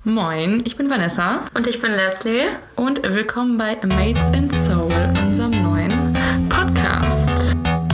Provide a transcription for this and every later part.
Moin, ich bin Vanessa. Und ich bin Leslie. Und willkommen bei Mates and Soul, unserem neuen Podcast.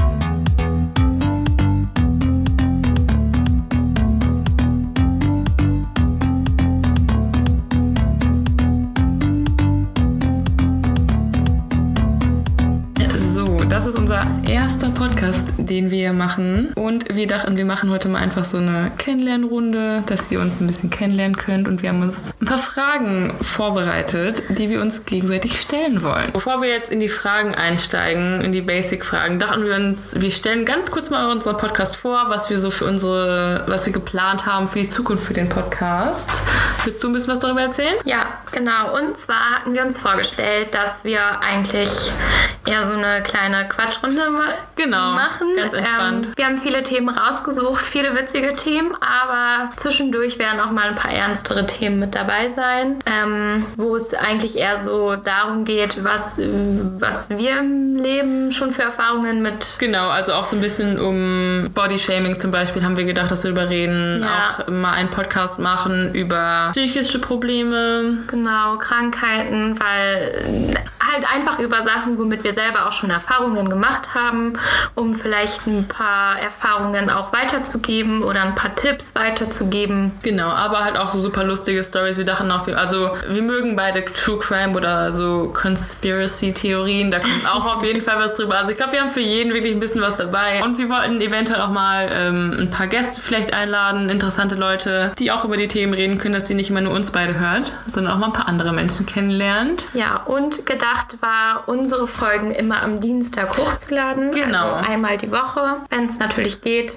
Das ist unser erster Podcast, den wir machen. Und wir dachten, wir machen heute mal einfach so eine Kennenlernrunde, dass ihr uns ein bisschen kennenlernen könnt. Und wir haben uns ein paar Fragen vorbereitet, die wir uns gegenseitig stellen wollen. Bevor wir jetzt in die Fragen einsteigen, in die Basic-Fragen, dachten wir uns, wir stellen ganz kurz mal unseren Podcast vor, was wir so für was wir geplant haben für die Zukunft für den Podcast. Willst du ein bisschen was darüber erzählen? Ja, genau. Und zwar hatten wir uns vorgestellt, dass wir eigentlich eher so eine kleine Quatschrunde machen. Ganz entspannt. Wir haben viele Themen rausgesucht, viele witzige Themen, aber zwischendurch werden auch mal ein paar ernstere Themen mit dabei sein, wo es eigentlich eher so darum geht, was wir im Leben schon für Erfahrungen mit... Genau, also auch so ein bisschen um Bodyshaming zum Beispiel haben wir gedacht, dass wir darüber reden, auch mal einen Podcast machen über psychische Probleme. Genau, Krankheiten, weil halt einfach über Sachen, womit wir selber auch schon Erfahrungen gemacht haben, um vielleicht ein paar Erfahrungen auch weiterzugeben oder ein paar Tipps weiterzugeben. Genau, aber halt auch so super lustige Storys. Wir dachten auch, wir mögen beide True Crime oder so Conspiracy-Theorien. Da kommt auch auf jeden Fall was drüber. Also ich glaube, wir haben für jeden wirklich ein bisschen was dabei. Und wir wollten eventuell auch mal ein paar Gäste vielleicht einladen, interessante Leute, die auch über die Themen reden können, dass sie nicht immer nur uns beide hört, sondern auch mal ein paar andere Menschen kennenlernt. Ja, und gedacht war, unsere Folgen immer am Dienstag hochzuladen. Genau. Also einmal die Woche, wenn es natürlich geht.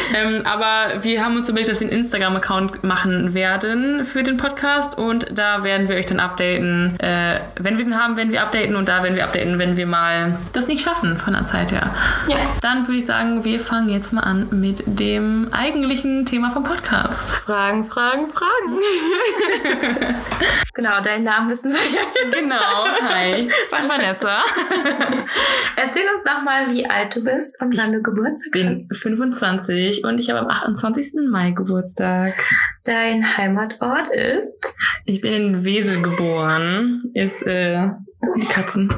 Aber wir haben uns überlegt, dass wir einen Instagram-Account machen werden für den Podcast und da werden wir euch dann updaten. Wenn wir den haben, werden wir updaten und da werden wir updaten, wenn wir mal das nicht schaffen von der Zeit her. Ja. Dann würde ich sagen, wir fangen jetzt mal an mit dem eigentlichen Thema vom Podcast. Fragen. Genau, deinen Namen wissen wir ja jetzt. Genau, hi. Vanessa. Erzähl uns doch mal, wie alt du bist und wann du Geburtstag hast. Ich bin 25 und ich habe am 28. Mai Geburtstag. Dein Heimatort ist? Ich bin in Wesel geboren. Ist die Katzen.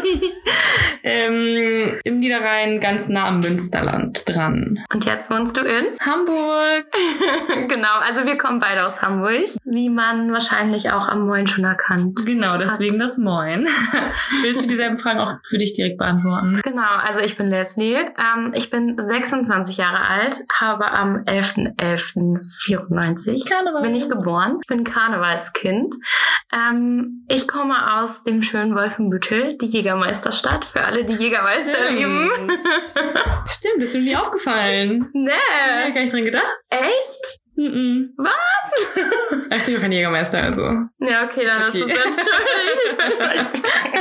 Im Niederrhein, ganz nah am Münsterland dran. Und jetzt wohnst du in? Hamburg. Genau, also wir kommen beide aus Hamburg, wie man wahrscheinlich auch am Moin schon erkannt. Genau, deswegen das Moin. Willst du dieselben Fragen auch für dich direkt beantworten? Genau, also ich bin Leslie, ich bin 26 Jahre alt, habe am 11.11.94 bin ich geboren. Ich bin Karnevalskind. Ich komme aus dem schönen Wolfenbüttel, die Jägermeisterstadt, für alle, die Jägermeister lieben. Stimmt, das ist mir nie aufgefallen. Nee. Gar nicht dran gedacht. Echt? Was? Ich bin auch kein Jägermeister, also. Ja, okay, dann ist es entschuldigt.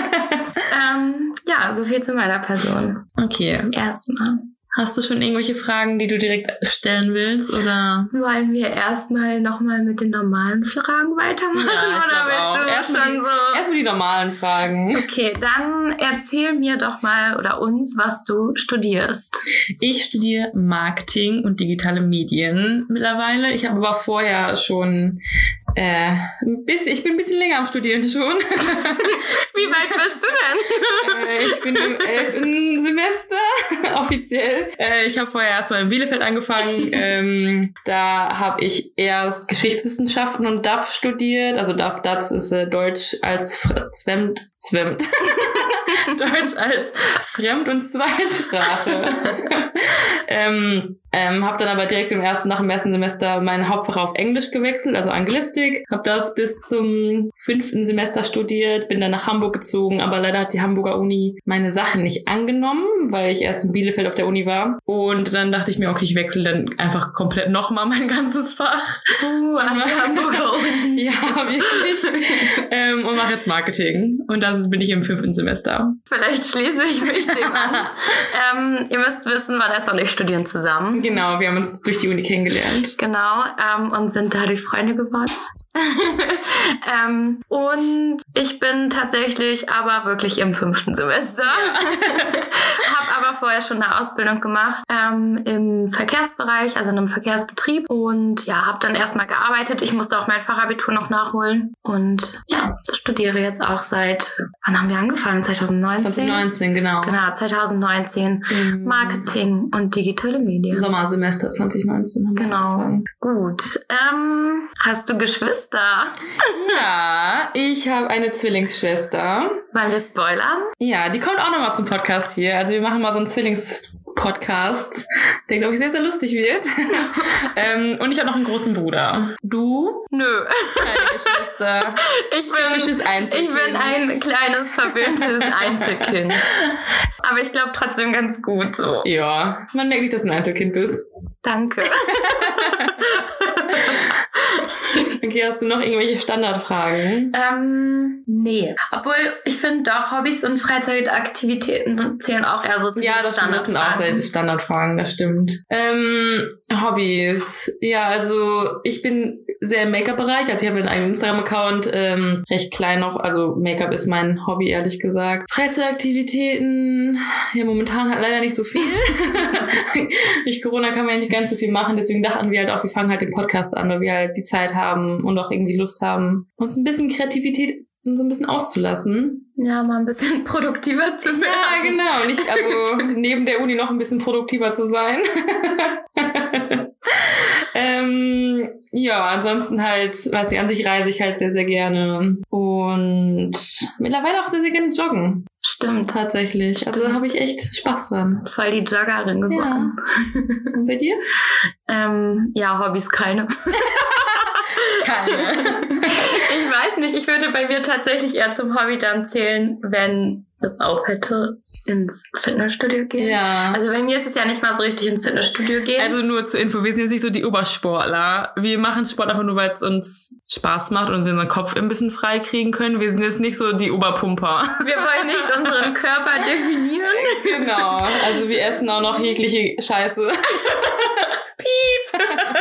Ja, so viel zu meiner Person. Okay. Erstmal. Hast du schon irgendwelche Fragen, die du direkt stellen willst, oder? Wollen wir erstmal nochmal mit den normalen Fragen weitermachen? Ja, oder willst du erstmal die normalen Fragen. Okay, dann erzähl mir doch mal oder uns, was du studierst. Ich studiere Marketing und digitale Medien mittlerweile. Ich habe aber vorher schon ich bin ein bisschen länger am Studieren schon. Wie weit bist du denn? Ich bin im 11. Semester, offiziell. Ich habe vorher erstmal in Bielefeld angefangen. Da habe ich erst Geschichtswissenschaften und DAF studiert. Also DAF ist Deutsch als Deutsch als Fremd- und Zweitsprache. Hab dann aber direkt nach dem ersten Semester mein Hauptfach auf Englisch gewechselt, also Anglistik. Hab das bis zum 5. Semester studiert, bin dann nach Hamburg gezogen, aber leider hat die Hamburger Uni meine Sachen nicht angenommen, weil ich erst in Bielefeld auf der Uni war. Und dann dachte ich mir, okay, ich wechsle dann einfach komplett nochmal mein ganzes Fach. An die Hamburger Uni. Ja, wirklich. Und mache jetzt Marketing. Und da bin ich im 5. Semester. Vielleicht schließe ich mich dem an. Ihr müsst wissen, Vanessa und ich studieren zusammen. Genau, wir haben uns durch die Uni kennengelernt. Genau, und sind dadurch Freunde geworden. Und ich bin tatsächlich aber wirklich im 5. Semester. Habe aber vorher schon eine Ausbildung gemacht im Verkehrsbereich, also in einem Verkehrsbetrieb. Und ja, habe dann erstmal gearbeitet. Ich musste auch mein Fachabitur noch nachholen. Und ja, studiere jetzt auch seit, wann haben wir angefangen? 2019? 2019, genau. Genau, 2019. Marketing und digitale Medien. Sommersemester 2019 haben wir angefangen. Gut. Hast du Geschwister? Ja, ich habe eine Zwillingsschwester. Wollen wir spoilern? Ja, die kommt auch nochmal zum Podcast hier. Also wir machen mal so einen Zwillingspodcast, der, glaube ich, sehr, sehr lustig wird. Und ich habe noch einen großen Bruder. Du? Nö. Keine Geschwister. Typisches Einzelkind. Ich bin ein kleines, verwöhntes Einzelkind. Aber ich glaube trotzdem ganz gut so. Ja, man merkt nicht, dass du ein Einzelkind bist. Danke. Okay, hast du noch irgendwelche Standardfragen? Nee. Obwohl, ich finde doch, Hobbys und Freizeitaktivitäten zählen auch eher so zu ja, das sind auch sehr Standardfragen, das stimmt. Hobbys. Ja, also ich bin sehr im Make-up-Bereich. Also ich habe einen eigenen Instagram-Account, recht klein noch. Also Make-up ist mein Hobby, ehrlich gesagt. Freizeitaktivitäten, ja, momentan halt leider nicht so viel. Durch Corona kann man ja nicht ganz so viel machen. Deswegen dachten wir halt auch, wir fangen halt den Podcast an, weil wir halt die Zeit haben und auch irgendwie Lust haben, uns ein bisschen Kreativität so ein bisschen auszulassen. Ja, mal ein bisschen produktiver zu werden. Ja, genau. Nicht, also neben der Uni noch ein bisschen produktiver zu sein. Ja, ansonsten halt, weiß ich, an sich reise ich halt sehr, sehr gerne. Und mittlerweile auch sehr, sehr gerne joggen. Stimmt. Tatsächlich. Stimmt. Also da habe ich echt Spaß dran. Voll die Joggerin geworden. Ja. Und bei dir? Ja, Hobbys keine. Keine. Ich weiß nicht, ich würde bei mir tatsächlich eher zum Hobby dann zählen, wenn es auf hätte, ins Fitnessstudio gehen. Ja. Also bei mir ist es ja nicht mal so richtig ins Fitnessstudio gehen. Also nur zur Info, wir sind jetzt nicht so die Obersportler. Wir machen Sport einfach nur, weil es uns Spaß macht und wir unseren Kopf ein bisschen frei kriegen können. Wir sind jetzt nicht so die Oberpumper. Wir wollen nicht unseren Körper definieren. Genau. Also wir essen auch noch jegliche Scheiße. Piep!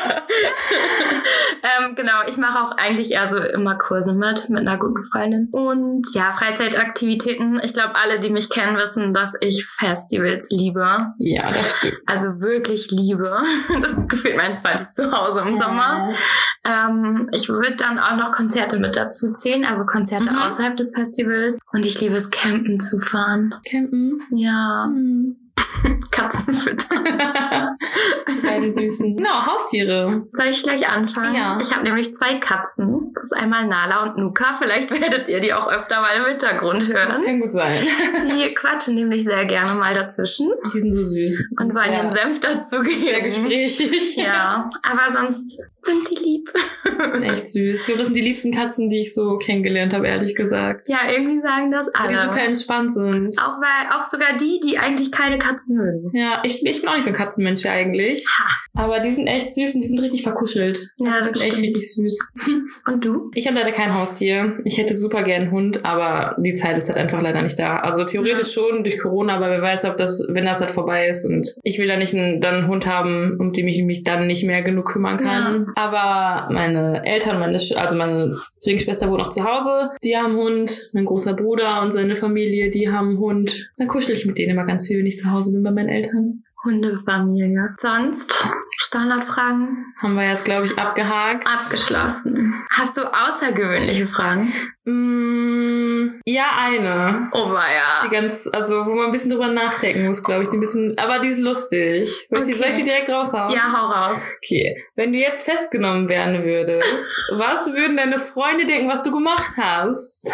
Genau, ich mache auch eigentlich eher so immer Kurse mit einer guten Freundin. Und ja, Freizeitaktivitäten. Ich glaube, alle, die mich kennen, wissen, dass ich Festivals liebe. Ja, das stimmt. Also wirklich liebe. Das ist gefühlt mein zweites Zuhause im Sommer. Ich würde dann auch noch Konzerte mit dazu zählen, also Konzerte außerhalb des Festivals. Und ich liebe es, campen zu fahren. Campen? Ja. Katzenfüttern. Beide süßen. Genau, Haustiere. Soll ich gleich anfangen? Ja. Ich habe nämlich 2 Katzen. Das ist einmal Nala und Nuka. Vielleicht werdet ihr die auch öfter mal im Hintergrund hören. Das kann gut sein. Die quatschen nämlich sehr gerne mal dazwischen. Die sind so süß. Und wollen ihren Senf dazugeben. Sehr gesprächig. Ja, aber sonst sind die lieb. Die sind echt süß. Ich glaube, das sind die liebsten Katzen, die ich so kennengelernt habe, ehrlich gesagt. Ja, irgendwie sagen das alle. Die super entspannt sind. Auch sogar die eigentlich keine Katzen mögen. Ja, ich bin auch nicht so ein Katzenmensch eigentlich. Aber die sind echt süß und die sind richtig verkuschelt. Ja, also die das sind echt stimmt. richtig süß. Und du? Ich habe leider kein Haustier. Ich hätte super gern einen Hund, aber die Zeit ist halt einfach leider nicht da. Also theoretisch schon durch Corona, aber wer weiß, ob das, wenn das halt vorbei ist. Und ich will da nicht dann einen Hund haben, um den ich mich dann nicht mehr genug kümmern kann. Ja. Aber meine Eltern, meine Zwillingsschwester wohnt noch zu Hause. Die haben einen Hund. Mein großer Bruder und seine Familie, die haben einen Hund. Dann kuschel ich mit denen immer ganz viel, wenn ich zu Hause bin bei meinen Eltern. Hundefamilie. Sonst Standardfragen? Haben wir jetzt, glaube ich, abgehakt. Abgeschlossen. Hast du außergewöhnliche Fragen? Ja, eine. Oh weia. Also wo man ein bisschen drüber nachdenken muss, glaube ich. Aber die ist lustig. Soll ich die direkt raushauen? Ja, hau raus. Okay. Wenn du jetzt festgenommen werden würdest, was würden deine Freunde denken, was du gemacht hast?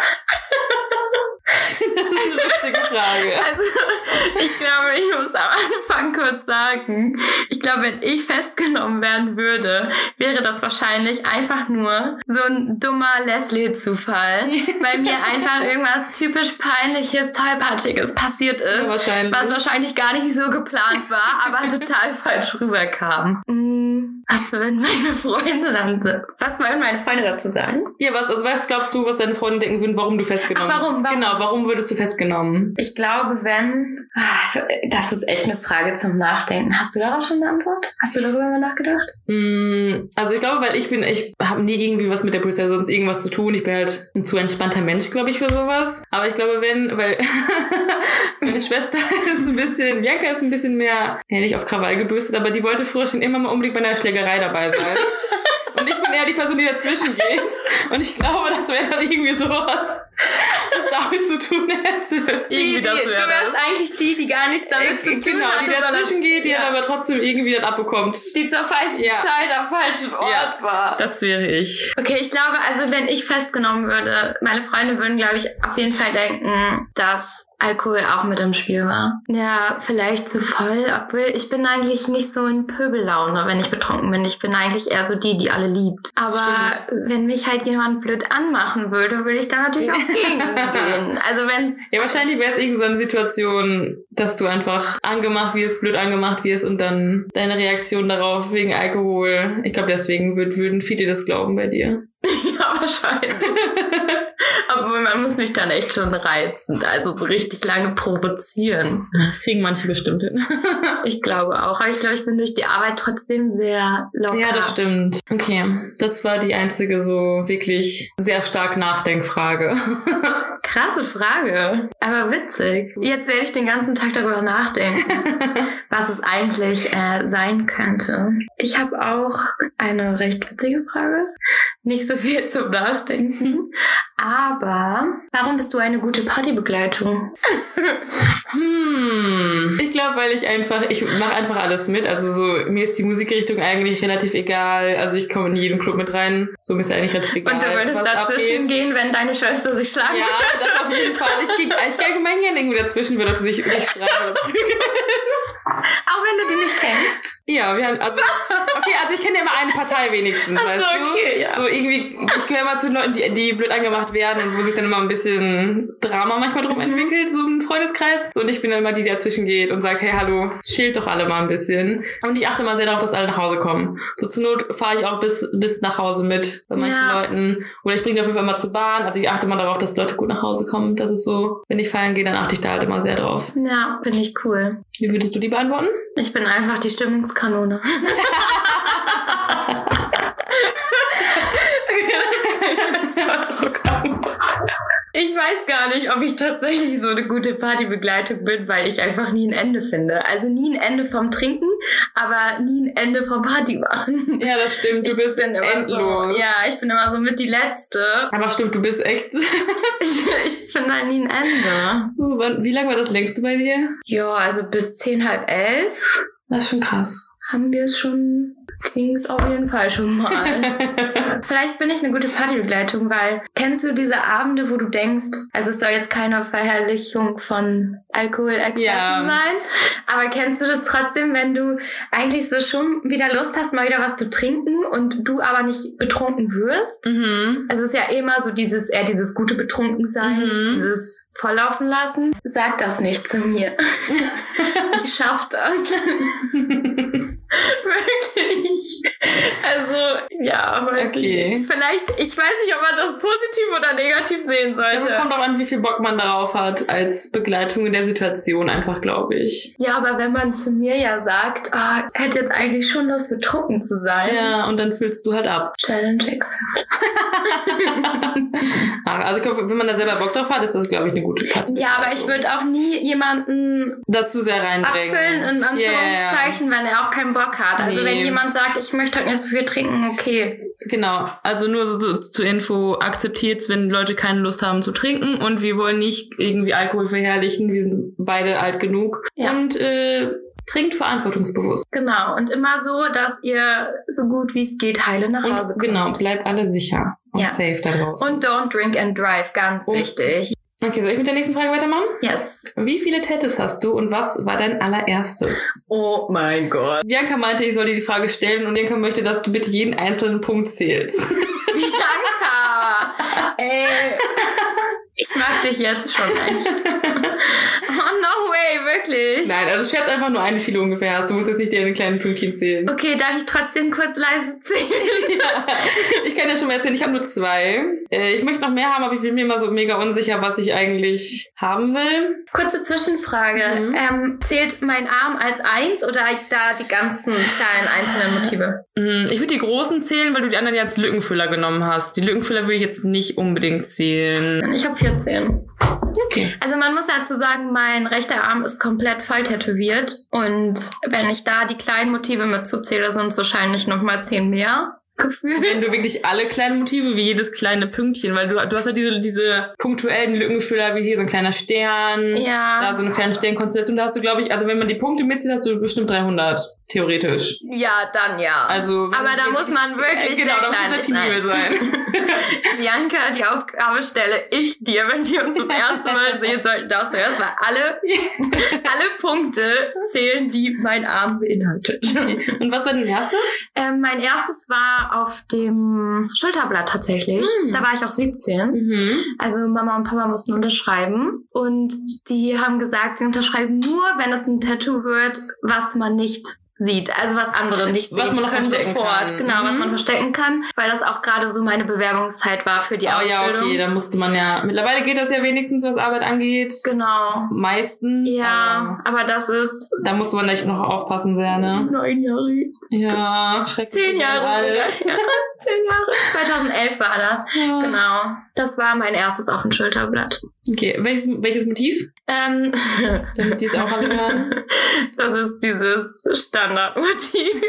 Das ist eine lustige Frage. Also, ich glaube, ich muss am Anfang kurz sagen, ich glaube, wenn ich festgenommen werden würde, wäre das wahrscheinlich einfach nur so ein dummer Leslie-Zufall, weil mir einfach irgendwas typisch Peinliches, Tollpatschiges passiert ist, ja, was wahrscheinlich gar nicht so geplant war, aber total falsch rüberkam. Was würden meine Freunde dazu sagen? Ja, was glaubst du, was deine Freunde denken würden, warum du festgenommen Warum? Genau, warum würdest du festgenommen? Ich glaube, das ist echt eine Frage zum Nachdenken. Hast du darauf schon eine Antwort? Hast du darüber mal nachgedacht? Also ich glaube, weil ich habe nie irgendwie was mit der Polizei sonst irgendwas zu tun. Ich bin halt ein zu entspannter Mensch, glaube ich, für sowas. Aber ich glaube, weil meine Schwester Bianca ist ein bisschen mehr, ja, nicht auf Krawall gebürstet, aber die wollte früher schon immer mal unbedingt bei einer Schlägerei dabei sein. Und ich bin eher die Person, die dazwischen geht. Und ich glaube, das wäre dann irgendwie sowas, was damit zu tun hätte. Du wärst eigentlich die gar nichts damit zu tun hat. Die dazwischen geht, die dann aber trotzdem irgendwie dann abbekommt. Die zur falschen Zeit am falschen Ort war. Das wäre ich. Okay, ich glaube, also wenn ich festgenommen würde, meine Freunde würden, glaube ich, auf jeden Fall denken, dass Alkohol auch mit im Spiel war. Ja, vielleicht zu voll, obwohl ich bin eigentlich nicht so in Pöbellaune, wenn ich betrunken bin. Ich bin eigentlich eher so die alle liebt. Aber wenn mich halt jemand blöd anmachen würde ich da natürlich auch gegen gehen. Also wenn's... Ja, wahrscheinlich wäre es irgendwie so eine Situation, dass du einfach blöd angemacht wirst und dann deine Reaktion darauf wegen Alkohol. Ich glaube, deswegen würden viele das glauben bei dir. Ja, wahrscheinlich. Aber man muss mich dann echt schon reizen, also so richtig lange provozieren. Das kriegen manche bestimmt hin. Ich glaube auch, aber ich glaube, ich bin durch die Arbeit trotzdem sehr locker. Ja, das stimmt. Okay, das war die einzige so wirklich sehr stark Nachdenkfrage. Krasse Frage, aber witzig. Jetzt werde ich den ganzen Tag darüber nachdenken, was es eigentlich sein könnte. Ich habe auch eine recht witzige Frage. Nicht so viel zum Nachdenken. Aber warum bist du eine gute Partybegleitung? Ich glaube, weil ich mache einfach alles mit. Also so, mir ist die Musikrichtung eigentlich relativ egal. Also ich komme in jeden Club mit rein. So, mir ist eigentlich relativ egal. Und du würdest dazwischen gehen, wenn deine Schwester sich schlagen würde? Ja, das auf jeden Fall. Ich gehe allgemein gerne irgendwo dazwischen, wenn Leute sich streiten oder prügeln. Auch wenn du die nicht kennst? Ja, also ich kenne ja immer eine Partei wenigstens, weißt du? Okay, ja. So irgendwie, ich gehöre immer zu den Leuten, die blöd angemacht werden und wo sich dann immer ein bisschen Drama manchmal drum entwickelt, so ein Freundeskreis. So, und ich bin dann immer die dazwischen geht und sagt, hey, hallo, chillt doch alle mal ein bisschen. Und ich achte mal sehr darauf, dass alle nach Hause kommen. So zur Not fahre ich auch bis nach Hause mit bei manchen Leuten. Oder ich bringe die auf jeden Fall mal zur Bahn. Also ich achte mal darauf, dass Leute gut nach Hause kommen. Das ist so, wenn ich feiern gehe, dann achte ich da halt immer sehr drauf. Ja, finde ich cool. Wie würdest du die beantworten? Ich bin einfach die Stimmungskanone. Ich weiß gar nicht, ob ich tatsächlich so eine gute Partybegleitung bin, weil ich einfach nie ein Ende finde. Also nie ein Ende vom Trinken, aber nie ein Ende vom Party machen. Ja, das stimmt. Du bist endlos. So, ja, ich bin immer so mit die Letzte. Aber stimmt, du bist echt... ich finde da nie ein Ende. Wie lange war das längste bei dir? Ja, also bis 10, halb 11. Das ist schon krass. Haben wir es schon... Ging es auf jeden Fall schon mal. Vielleicht bin ich eine gute Partybegleitung, weil kennst du diese Abende, wo du denkst, also es soll jetzt keine Verherrlichung von Alkoholexzessen sein, aber kennst du das trotzdem, wenn du eigentlich so schon wieder Lust hast, mal wieder was zu trinken und du aber nicht betrunken wirst? Mhm. Also es ist ja immer so dieses gute Betrunkensein, nicht dieses volllaufen lassen. Sag das nicht zu mir. Ich schaff das. Wirklich. Also, ja, okay. Vielleicht, ich weiß nicht, ob man das positiv oder negativ sehen sollte. Ja, kommt auch an, wie viel Bock man darauf hat, als Begleitung in der Situation einfach, glaube ich. Ja, aber wenn man zu mir ja sagt, hätte jetzt eigentlich schon Lust, betrunken zu sein. Ja, und dann füllst du halt ab. Challenge accepted. Also ich glaube, wenn man da selber Bock drauf hat, ist das, glaube ich, eine gute Kategorie. Ja, aber ich würde auch nie jemanden dazu sehr reindrängen. Abfüllen, in Anführungszeichen, wenn er auch keinen Bock hat. Also wenn jemand sagt, ich möchte heute nicht so viel trinken, okay. Genau, also nur so zur Info, akzeptiert's, wenn Leute keine Lust haben zu trinken und wir wollen nicht irgendwie Alkohol verherrlichen, wir sind beide alt genug und trinkt verantwortungsbewusst. Genau, und immer so, dass ihr so gut wie es geht heile nach Hause kommt. Genau, bleibt alle sicher und safe da draußen. Und don't drink and drive, ganz wichtig. Okay, soll ich mit der nächsten Frage weitermachen? Yes. Wie viele Tattoos hast du und was war dein allererstes? Oh mein Gott. Bianca meinte, ich soll dir die Frage stellen und Bianca möchte, dass du bitte jeden einzelnen Punkt zählst. Bianca! Ey. Ich mag dich jetzt schon echt. Oh, no way, wirklich? Nein, also schätz einfach nur eine Filet ungefähr hast. Du musst jetzt nicht deine kleinen Pünktchen zählen. Okay, darf ich trotzdem kurz leise zählen? Ja, ich kann ja schon mal erzählen, ich habe nur 2. Ich möchte noch mehr haben, aber ich bin mir immer so mega unsicher, was ich eigentlich haben will. Kurze Zwischenfrage. Zählt mein Arm als 1 oder da die ganzen kleinen einzelnen Motive? Ich würde die großen zählen, weil du die anderen ja als Lückenfüller genommen hast. Die Lückenfüller würde ich jetzt nicht unbedingt zählen. Ich habe 14. Okay. Also man muss dazu sagen, mein rechter Arm ist komplett voll tätowiert. Und wenn ich da die kleinen Motive mit zuzähle, sind es wahrscheinlich nochmal 10 mehr. Gefühlt. Wenn du wirklich alle kleinen Motive, wie jedes kleine Pünktchen, weil du hast ja diese punktuellen Lückenfüller, wie hier so ein kleiner Stern, da so eine kleine Sternkonstellation, da hast du, glaube ich, also wenn man die Punkte mitzählt, hast du bestimmt 300, theoretisch. Ja, dann ja. Also, aber da muss man wirklich sehr klein sein. Bianca, die Aufgabe stelle ich dir, wenn wir uns das erste Mal sehen sollten, darfst du erstmal alle Punkte zählen, die mein Arm beinhaltet. Und was war dein erstes? Mein erstes war auf dem Schulterblatt tatsächlich. Da war ich auch 17. Also Mama und Papa mussten unterschreiben. Und die haben gesagt, sie unterschreiben nur, wenn es ein Tattoo wird, was man nicht sieht, also was andere nicht sehen. Was man noch verstecken kann. Genau, was man verstecken kann, weil das auch gerade so meine Bewerbungszeit war für die Ausbildung. Ja, okay, da musste man ja, mittlerweile geht das ja wenigstens, was Arbeit angeht. Genau. Meistens. Ja, aber das ist... Da musste man echt noch aufpassen sehr, ne? 9 Jahre. Ja, schrecklich. 10 Jahre sogar. 10 Jahre. 2011 war das. Ja. Genau. Das war mein erstes auf dem Schulterblatt. Okay, welches Motiv? Damit die es auch alle hören. Das ist dieses Standardmotiv.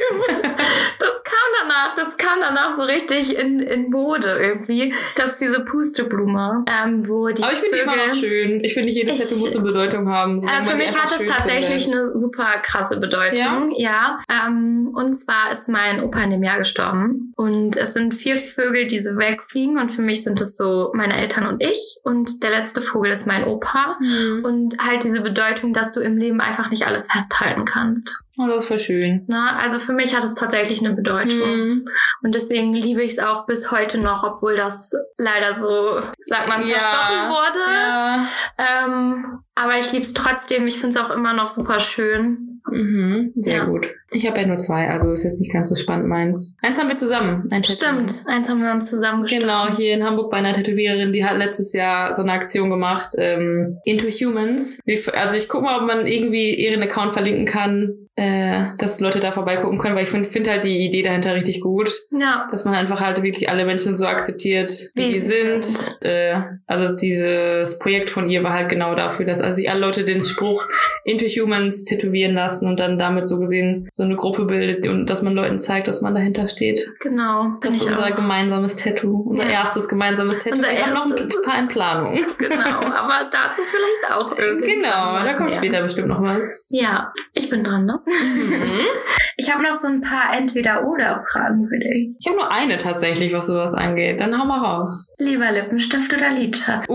Das kam danach so richtig in Mode irgendwie. Das ist diese Pusteblume, wo die Aber ich finde die immer noch schön. Ich finde, nicht jedes Tattoo muss eine Bedeutung haben. Für mich hat es tatsächlich eine super krasse Bedeutung. Ja. Und zwar ist mein Opa in dem Jahr gestorben. Und es sind 4 Vögel, die so wegfliegen. Und für mich sind es so meine Eltern und ich. Und der letzte Vogel ist mein Opa. Und halt diese Bedeutung, dass du im Leben einfach nicht alles festhalten kannst. Oh, das ist voll schön. Na, also für mich hat es tatsächlich eine Bedeutung. Und deswegen liebe ich es auch bis heute noch, obwohl das leider so, sagt man, zerstochen wurde. Ja. Aber ich liebe es trotzdem. Ich finde es auch immer noch super schön. Sehr gut. Ich habe ja nur 2, also ist jetzt nicht ganz so spannend meins. Eins haben wir zusammen. Stimmt, eins haben wir uns zusammen gestartet. Genau, hier in Hamburg bei einer Tätowiererin, die hat letztes Jahr so eine Aktion gemacht, Into Humans. Also ich gucke mal, ob man irgendwie ihren Account verlinken kann, dass Leute da vorbeigucken können, weil ich finde halt die Idee dahinter richtig gut. Ja. Dass man einfach halt wirklich alle Menschen so akzeptiert, wie die sind. Also dieses Projekt von ihr war halt genau dafür, dass also sich alle Leute den Spruch Into Humans tätowieren lassen und dann damit so gesehen so eine Gruppe bildet und dass man Leuten zeigt, dass man dahinter steht. Genau. Das ist unser gemeinsames Tattoo. Unser erstes gemeinsames Tattoo. Wir haben noch ein paar in Planung. Genau, aber dazu vielleicht auch irgendwie. Genau, da kommt später bestimmt noch was. Ja, ich bin dran, ne? Ich habe noch so ein paar Entweder-Oder-Fragen für dich. Ich habe nur eine tatsächlich, was sowas angeht. Dann hau mal raus. Lieber Lippenstift oder Lidschatten?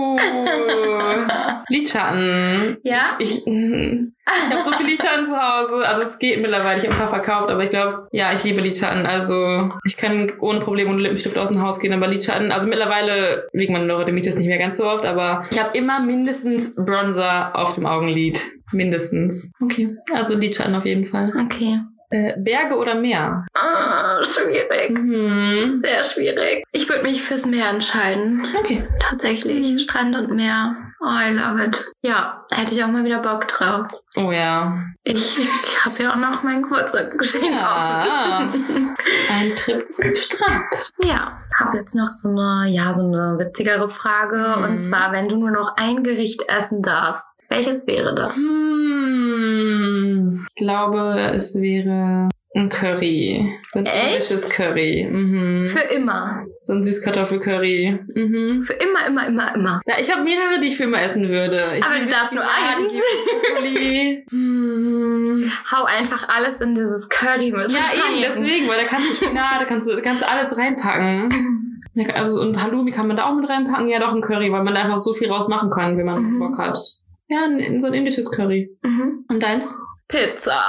Lidschatten. Ja? Ich habe so viele Lidschatten zu Hause. Also es geht mittlerweile. Ich habe ein paar verkauft, aber ich glaube, ja, ich liebe Lidschatten. Also ich kann ohne Probleme ohne Lippenstift aus dem Haus gehen, aber Lidschatten, also mittlerweile wegen meiner Neurodermitis nicht mehr ganz so oft, aber ich habe immer mindestens Bronzer auf dem Augenlid. Mindestens. Okay, also Lidschatten auf jeden Fall. Okay. Berge oder Meer? Schwierig. Sehr schwierig. Ich würde mich fürs Meer entscheiden. Okay. Tatsächlich. Strand und Meer. Oh, I love it. Ja, hätte ich auch mal wieder Bock drauf. Oh ja. Ich habe ja auch noch mein Geburtstagsgeschenk offen. Ein Trip zum Strand. Ja. Habe jetzt noch so eine witzigere Frage. Und zwar, wenn du nur noch ein Gericht essen darfst, welches wäre das? Ich glaube, es wäre ein Curry. So ein indisches Curry. Für immer. So ein Süßkartoffelcurry. Für immer. Ja, ich habe mehrere, die ich für immer essen würde. Aber du darfst nur eins. Hau einfach alles in dieses Curry mit. Ja, eben, deswegen, weil da kannst du Spinat, da kannst du alles reinpacken. Also, und Halloumi kann man da auch mit reinpacken. Ja, doch ein Curry, weil man da einfach so viel rausmachen kann, wenn man Bock hat. Ja, so ein indisches Curry. Und deins? Pizza.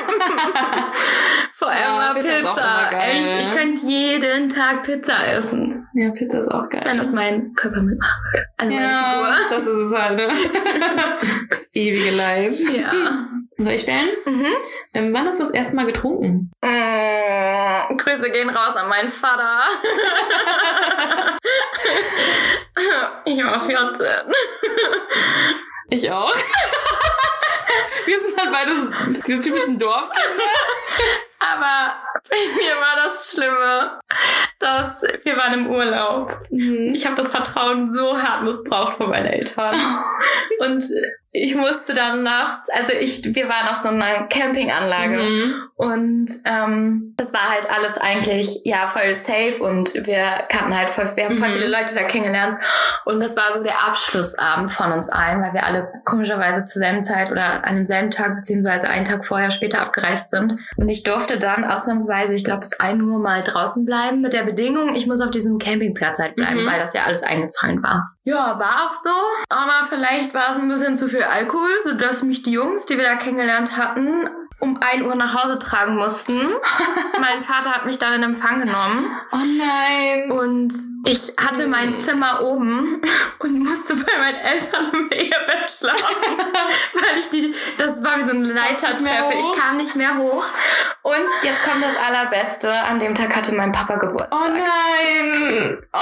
Vor allem mal Pizza. Echt, ich könnte jeden Tag Pizza essen. Ja, Pizza ist auch geil. Wenn das mein Körper mitmacht. Also ja, meine Figur. das ist es halt, ne? Das ewige Leid. Ja. Soll ich stellen? Wann hast du das erste Mal getrunken? Grüße gehen raus an meinen Vater. Ich war 14. Ich auch. Wir sind halt beide diese typischen Dorfkinder. Aber bei mir war das Schlimme, dass wir waren im Urlaub. Ich habe das Vertrauen so hart missbraucht von meinen Eltern. Und ich musste dann nachts, wir waren auf so einer Campinganlage und das war halt alles eigentlich voll safe und wir haben voll viele Leute da kennengelernt und das war so der Abschlussabend von uns allen, weil wir alle komischerweise zur selben Zeit oder an demselben Tag beziehungsweise einen Tag vorher später abgereist sind und ich durfte dann ausnahmsweise, ich glaube bis 1 Uhr mal draußen bleiben mit der Bedingung, ich muss auf diesem Campingplatz halt bleiben, weil das ja alles eingezäunt war. Ja, war auch so, aber vielleicht war es ein bisschen zu viel Alkohol, sodass mich die Jungs, die wir da kennengelernt hatten, um 1 Uhr nach Hause tragen mussten. Mein Vater hat mich dann in Empfang genommen. Oh nein. Und ich hatte mein Zimmer oben und musste bei meinen Eltern im Ehebett schlafen. Weil das war wie so eine Leitertreppe. Ich kam nicht mehr hoch. Und jetzt kommt das Allerbeste. An dem Tag hatte mein Papa Geburtstag. Oh nein. Oh.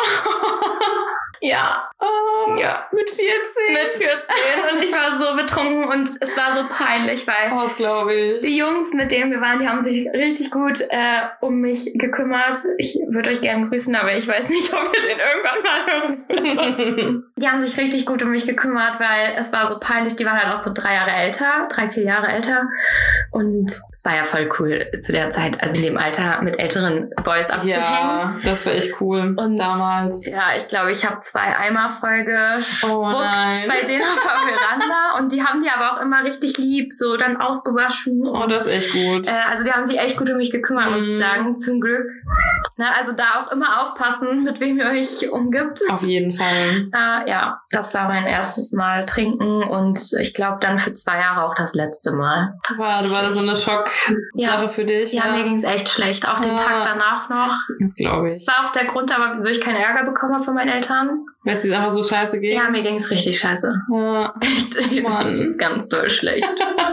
Ja. Oh. Ja. Mit 14. Mit 14. Und ich war so betrunken und es war so peinlich, weil das glaube ich. die Jungs, mit denen wir waren, die haben sich richtig gut um mich gekümmert. Ich würde euch gerne grüßen, aber ich weiß nicht, ob ihr den irgendwann mal hören würdet. Die haben sich richtig gut um mich gekümmert, weil es war so peinlich. Die waren halt auch so 3 Jahre älter, 3, 4 Jahre älter. Und es war ja voll cool zu der Zeit, also in dem Alter mit älteren Boys abzuhängen. Ja, das war echt cool und damals. Ja, ich glaube, ich habe 2 Eimer voll gespuckt bei denen auf der Veranda. Und die haben die aber auch immer richtig lieb, so dann ausgewaschen. Oh, das ist echt gut. Also die haben sich echt gut um mich gekümmert, muss ich sagen, zum Glück. Na, also da auch immer aufpassen, mit wem ihr euch umgibt. Auf jeden Fall. Ja, das war mein erstes Mal trinken und ich glaube dann für 2 Jahre auch das letzte Mal. War das so eine Schocksache für dich? Ja, mir ging's echt schlecht. Auch den Tag danach noch. Das glaube ich. Das war auch der Grund, aber wieso ich keinen Ärger bekommen habe von meinen Eltern. Weil es dir einfach so scheiße geht? Ja, mir ging's richtig scheiße. Ja. Echt, mir ging's ganz doll schlecht.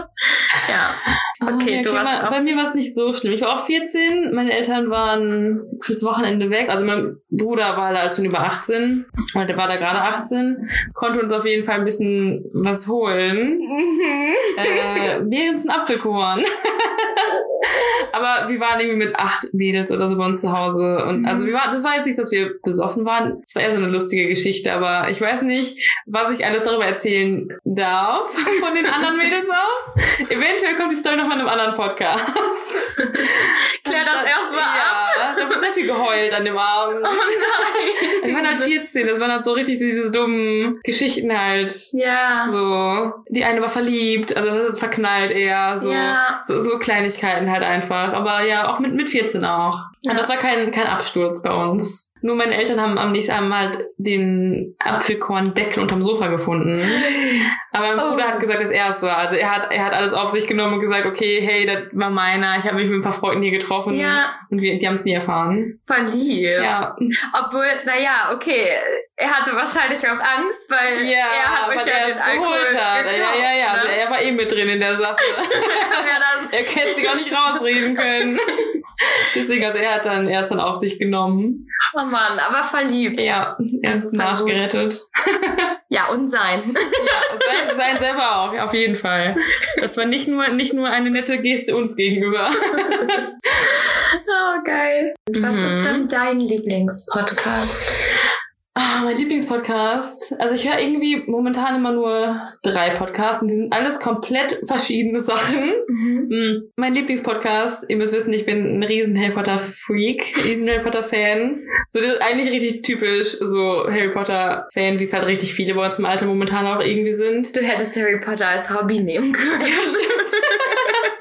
Ja. Okay, du warst auch... Bei mir war es nicht so schlimm. Ich war auch 14. Meine Eltern waren fürs Wochenende weg. Also mein Bruder war da schon über 18. Und der war da gerade 18. Konnte uns auf jeden Fall ein bisschen was holen. Während ein Apfelkorn. Aber wir waren irgendwie mit 8 Mädels oder so bei uns zu Hause. Und also das war jetzt nicht, dass wir besoffen waren. Es war eher so eine lustige Geschichte. Aber ich weiß nicht, was ich alles darüber erzählen darf von den anderen Mädels aus. Eventuell kommt die Story noch mal in einem anderen Podcast. Klär das erstmal ab. Ja, da wird sehr viel geheult an dem Abend. Oh nein. Ich war halt 14. Das waren halt so richtig diese dummen Geschichten halt. Ja. So, die eine war verliebt. Also das ist verknallt eher. So, so Kleinigkeiten halt einfach. Aber ja, auch mit 14 auch. Ja. Aber das war kein Absturz bei uns. Nur meine Eltern haben am nächsten Abend halt den Apfelkorndeckel unterm Sofa gefunden. Aber mein Bruder hat gesagt, dass er es war. Also er hat alles auf sich genommen und gesagt, okay, hey, das war meiner. Ich habe mich mit ein paar Freunden hier getroffen. Ja. Und die haben es nie erfahren. Verliebt. Ja. Obwohl, naja, okay. Er hatte wahrscheinlich auch Angst, weil er hat euch ja den Alkohol gekauft, ja. Ne? Also er war mit drin in der Sache. Er hätte sich auch nicht rausreden können. Deswegen, also er hat es dann auf sich genommen. Oh Mann, aber verliebt. Ja, er ist den Arsch gerettet. Ja, und sein. Ja, sein selber auch, auf jeden Fall. Das war nicht nur eine nette Geste uns gegenüber. Oh, geil. Was ist denn dein Lieblingspodcast? Mein Lieblingspodcast. Also ich höre irgendwie momentan immer nur 3 Podcasts und die sind alles komplett verschiedene Sachen. Mein Lieblingspodcast, ihr müsst wissen, ich bin ein riesen Harry Potter Freak, riesen Harry Potter Fan. So, das ist eigentlich richtig typisch, so Harry Potter Fan, wie es halt richtig viele bei uns im Alter momentan auch irgendwie sind. Du hättest Harry Potter als Hobby nehmen können. Ja, stimmt.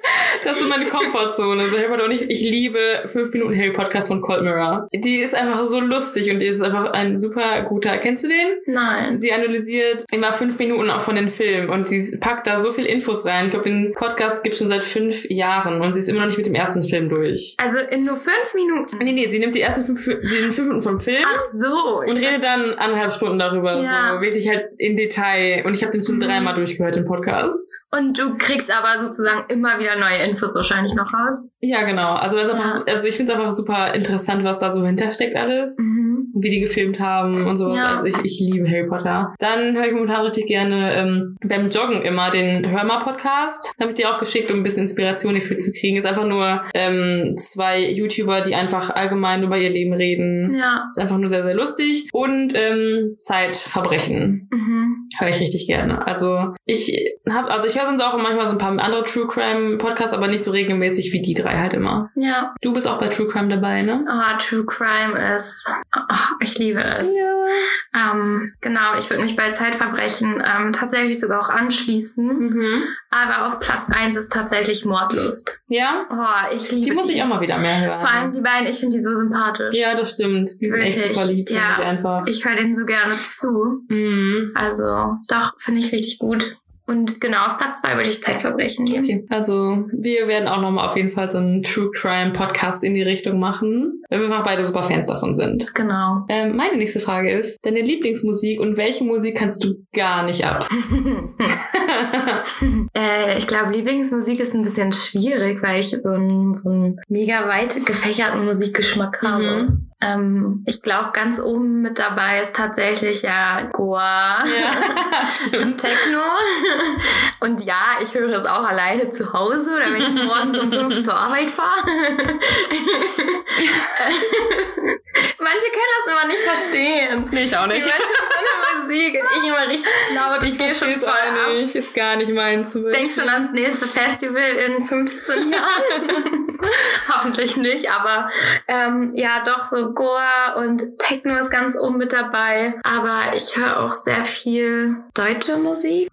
Das ist meine Komfortzone. So Harry Potter und ich liebe 5 Minuten Harry Podcast von Cold Mirror. Die ist einfach so lustig und die ist einfach ein super guter. Kennst du den? Nein. Sie analysiert immer 5 Minuten auch von den Filmen und sie packt da so viel Infos rein. Ich glaube, den Podcast gibt es schon seit 5 Jahren und sie ist immer noch nicht mit dem ersten Film durch. Also in nur 5 Minuten? Nee, sie nimmt die ersten 5 Minuten vom Film. Ach so. Und redet dann 1,5 Stunden darüber. Ja. So wirklich halt in Detail. Und ich habe den schon 3-mal durchgehört, den Podcast. Und du kriegst aber sozusagen immer wieder neue Infos wahrscheinlich noch raus. Ja, genau. Also, also ich finde es einfach super interessant, was da so hintersteckt alles. Wie die gefilmt haben und sowas. Ja. Also ich liebe Harry Potter. Dann höre ich momentan richtig gerne beim Joggen immer den Hör-mal-Podcast. Habe ich dir auch geschickt, um ein bisschen Inspiration dafür zu kriegen. Ist einfach nur 2 YouTuber, die einfach allgemein über ihr Leben reden. Ja. Ist einfach nur sehr, sehr lustig. Und Zeitverbrechen. Höre ich richtig gerne. Also ich höre sonst auch manchmal so ein paar andere True Crime Podcasts, aber nicht so regelmäßig wie die 3 halt immer. Ja. Du bist auch bei True Crime dabei, ne? True Crime ist... ich liebe es. Ja. Genau, ich würde mich bei Zeitverbrechen tatsächlich sogar auch anschließen. Aber auf Platz 1 ist tatsächlich Mordlust. Ja? Ich liebe die. Die muss ich auch mal wieder mehr hören. Vor allem die beiden, ich finde die so sympathisch. Ja, das stimmt. Die sind echt super lieb, finde ich einfach. Ich höre denen so gerne zu. Also, doch, finde ich richtig gut. Und genau, auf Platz 2 würde ich Zeitverbrechen nehmen. Okay. Also, wir werden auch nochmal auf jeden Fall so einen True Crime Podcast in die Richtung machen, wenn wir einfach beide super Fans davon sind. Genau. Meine nächste Frage ist, deine Lieblingsmusik und welche Musik kannst du gar nicht ab? Ich glaube, Lieblingsmusik ist ein bisschen schwierig, weil ich so einen mega weit gefächerten Musikgeschmack habe. Ich glaube, ganz oben mit dabei ist tatsächlich Goa und Techno. Und ja, ich höre es auch alleine zu Hause oder wenn ich morgens um 5 zur Arbeit fahre. Manche können das immer nicht verstehen. Nee, ich auch nicht. Die Menschen so eine Musik und ich immer richtig laut. Ich gehe schon voll ab. Nicht. Ist gar nicht meins. Denk schon ans nächste Festival in 15 Jahren. Hoffentlich nicht, aber ja, doch, so Goa und Techno ist ganz oben mit dabei. Aber ich höre auch sehr viel deutsche Musik.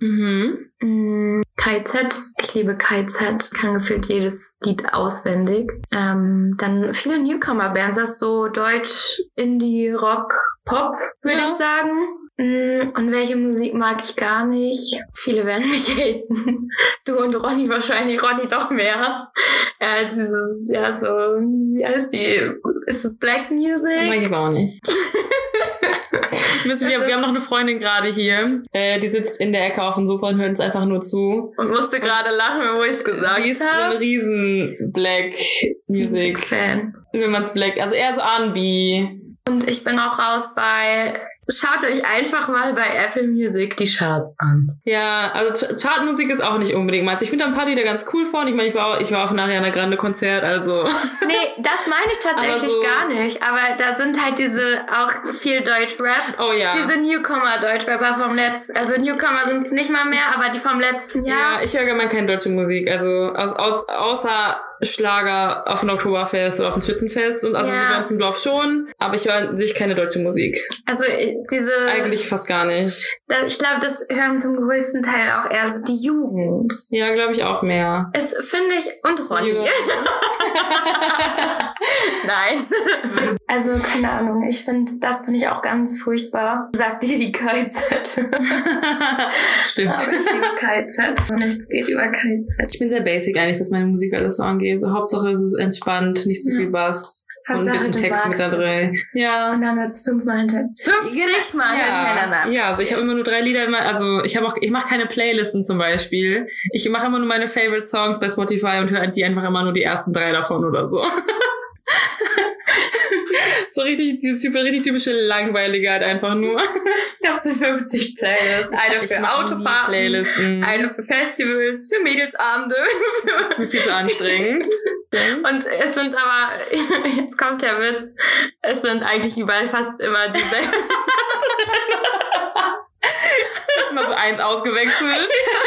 KZ. Ich liebe KZ. Kann gefühlt jedes Lied auswendig. Dann viele Newcomer-Bands. Das ist so Deutsch, Indie, Rock, Pop, würde ich sagen. Und welche Musik mag ich gar nicht? Viele werden mich haten. Du und Ronny wahrscheinlich. Ronny doch mehr. Dieses, so, wie heißt die? Ist es Black Music? Mag ich auch nicht. Wir haben noch eine Freundin gerade hier, die sitzt in der Ecke auf dem Sofa und hört uns einfach nur zu. Und musste gerade lachen, wo ich es gesagt habe. Die ist ein riesen Black Music Fan. Wenn man es Black, also eher so R&B. Und ich bin auch raus bei... Schaut euch einfach mal bei Apple Music die Charts an. Ja, also Chartmusik ist auch nicht unbedingt meins. Ich finde da ein paar Lieder ganz cool von. Ich meine, ich war auf einem Ariana Grande Konzert, also... Nee, das meine ich tatsächlich so gar nicht. Aber da sind halt diese auch viel Deutschrap. Oh ja. Diese Newcomer-Deutschrapper vom letzten... Also Newcomer sind es nicht mal mehr, aber die vom letzten Jahr. Ja, ich höre allgemein keine deutsche Musik. Also außer Schlager auf dem Oktoberfest oder auf dem Schützenfest und also so bei uns im Dorf schon. Aber ich höre an sich keine deutsche Musik. Also diese... Eigentlich fast gar nicht. Ich glaube, das hören zum größten Teil auch eher so die Jugend. Ja, glaube ich auch mehr. Es finde ich... Und Ronny. Nein. Also, keine Ahnung. Das finde ich auch ganz furchtbar. Sagt die KZ. Stimmt. Aber ich liebe KZ. Nichts geht über KZ. Ich bin sehr basic eigentlich, was meine Musik alles so angeht. So, Hauptsache es ist entspannt, nicht so viel Bass. Und ein bisschen Text mit da drin. Ja. Und dann wird es 50 Mal hintereinander. Ja, also ich habe immer nur 3 Lieder. Also ich mache keine Playlisten zum Beispiel. Ich mache immer nur meine Favorite Songs bei Spotify und höre die einfach immer nur die ersten 3 davon oder so. So richtig, dieses richtig typische Langweilige halt einfach nur. Ich habe so 50 Playlists. Eine für Autofahrten, eine für Festivals, für Mädelsabende. Das ist viel zu anstrengend. Und es sind aber, jetzt kommt der Witz, es sind eigentlich überall fast immer dieselben. Das ist immer so eins ausgewechselt.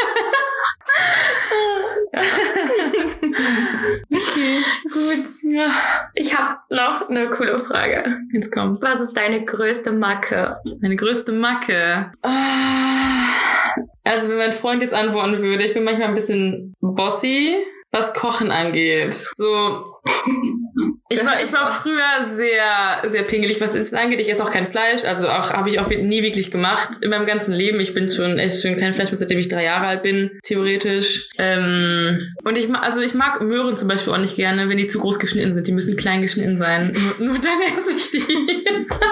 Ja. Okay, gut. Ja. Ich habe noch eine coole Frage. Jetzt kommt. Was ist deine größte Macke? Meine größte Macke? Also wenn mein Freund jetzt antworten würde, ich bin manchmal ein bisschen bossy, was Kochen angeht. So, ich war früher sehr, sehr pingelig, was Essen angeht. Ich esse auch kein Fleisch, also habe ich auch nie wirklich gemacht in meinem ganzen Leben. Ich bin esse schon kein Fleisch mehr, seitdem ich 3 Jahre alt bin, theoretisch. Und ich mag Möhren zum Beispiel auch nicht gerne, wenn die zu groß geschnitten sind. Die müssen klein geschnitten sein. Nur dann esse ich die.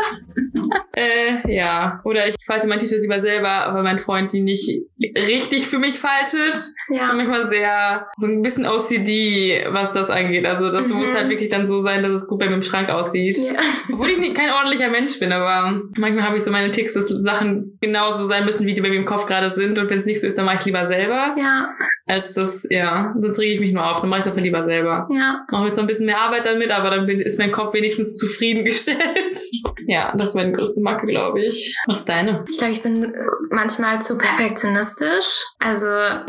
Ja. Oder ich falte mein T-Shirt lieber selber, aber mein Freund die nicht richtig für mich faltet. Ja. Ich bin manchmal sehr, so ein bisschen OCD, was das angeht. Also das muss halt wirklich dann so sein, dass es gut bei mir im Schrank aussieht. Ja. Obwohl ich kein ordentlicher Mensch bin, aber manchmal habe ich so meine Ticks, dass Sachen genauso sein müssen, wie die bei mir im Kopf gerade sind. Und wenn es nicht so ist, dann mache ich es lieber selber. Ja. Als das, ja, sonst rege ich mich nur auf. Dann mache ich es einfach lieber selber. Ja. Mache jetzt noch ein bisschen mehr Arbeit damit, aber dann ist mein Kopf wenigstens zufriedengestellt. Ja, das ist meine größte Macke, glaube ich. Was ist deine? Ich glaube, ich bin manchmal zu perfektionistisch. Also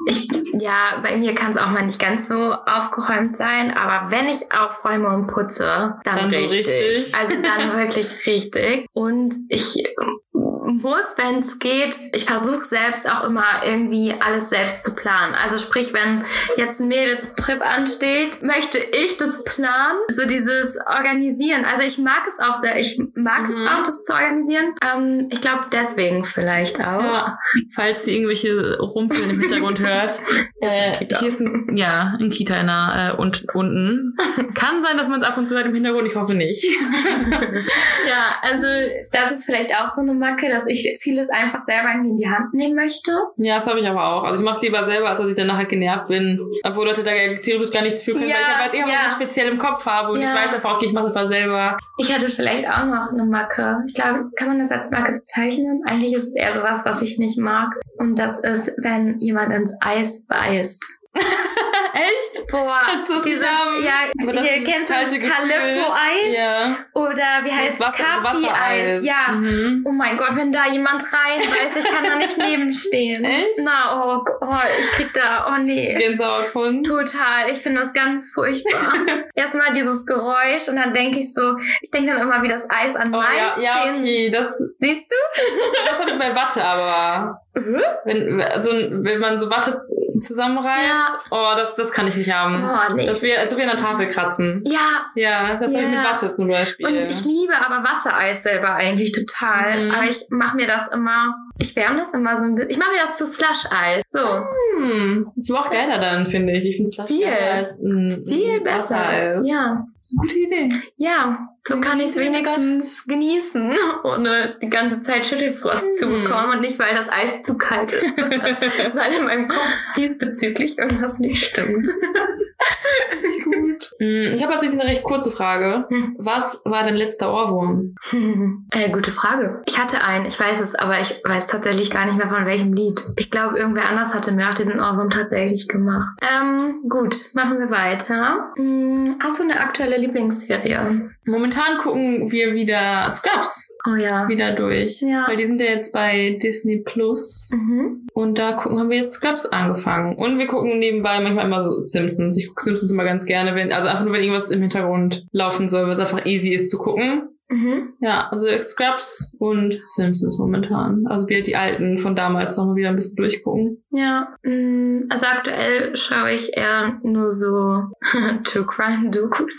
bei mir kann es auch mal nicht ganz so aufgeräumt sein, aber wenn ich aufräume und putze, dann richtig. So richtig. Also dann wirklich richtig. Und ich muss, wenn es geht, ich versuche selbst auch immer irgendwie alles selbst zu planen. Also sprich, wenn jetzt ein Mädelstrip ansteht, möchte ich das planen, so dieses Organisieren. Also ich mag es auch sehr. Ich mag es auch, das zu organisieren. Ich glaube, deswegen vielleicht auch. Ja. Falls ihr irgendwelche Rumpeln im Hintergrund hört, hier ist ein Kita und unten. Kann sein, dass man es ab und zu hört im Hintergrund. Ich hoffe nicht. Ja, also das ist vielleicht auch so eine Macke, dass ich vieles einfach selber irgendwie in die Hand nehmen möchte. Ja, das habe ich aber auch. Also ich mache es lieber selber, als dass ich dann nachher genervt bin. Obwohl Leute da theoretisch gar nichts für können, weil ich einfach was ich speziell im Kopf habe und ich weiß einfach, okay, ich mache es einfach selber. Ich hatte vielleicht auch noch eine Macke. Ich glaube, kann man das als Macke bezeichnen? Eigentlich ist es eher sowas, was ich nicht mag. Und das ist, wenn jemand ins Eis beißt. Echt? Boah, dieses, kennst du das Calippo-Eis? Ja. Oder wie heißt es? Kapi-Eis. Ja. Mhm. Oh mein Gott, wenn da jemand reinbeißt, ich kann da nicht nebenstehen. Echt? Na, ich krieg da, nee. Gänsehaut von? Total, ich finde das ganz furchtbar. Erstmal dieses Geräusch und dann denke ich dann immer, wie das Eis an meinen Zähnen. Okay, das siehst du? Das habe ich bei Watte, aber wenn man so Watte zusammenreibt, das kann ich nicht haben. Oh, nee. Das wäre, als ob wir an der Tafel kratzen. Ja. Ja, das habe ich mit Watte zum Beispiel. Und ich liebe aber Wassereis selber eigentlich total. Aber ich mache mir das immer, ich wärme das immer so ein bisschen, ich mache mir das zu Slush-Eis. So. Das ist aber auch geiler dann, finde ich. Ich finde Slush geiler als viel besser. Wassereis. Ja. Das ist eine gute Idee. Ja. So kann ich es wenigstens genießen, ohne die ganze Zeit Schüttelfrost zu bekommen und nicht, weil das Eis zu kalt ist, weil in meinem Kopf diesbezüglich irgendwas nicht stimmt. Gut. Ich habe tatsächlich eine recht kurze Frage. Was war dein letzter Ohrwurm? Gute Frage. Ich hatte einen, ich weiß es, aber ich weiß tatsächlich gar nicht mehr von welchem Lied. Ich glaube, irgendwer anders hatte mir auch diesen Ohrwurm tatsächlich gemacht. Gut, machen wir weiter. Hast du eine aktuelle Lieblingsserie? Momentan gucken wir wieder Scrubs. Oh ja. Wieder durch. Ja. Weil die sind ja jetzt bei Disney Plus. Und da haben wir jetzt Scrubs angefangen. Und wir gucken nebenbei manchmal immer so Simpsons. Ich gucke Simpsons immer ganz gerne, also einfach nur, wenn irgendwas im Hintergrund laufen soll, weil es einfach easy ist zu gucken. Ja, also Scrubs und Simpsons momentan. Also wir die alten von damals noch mal wieder ein bisschen durchgucken. Ja, also aktuell schaue ich eher nur so True Crime Dokus.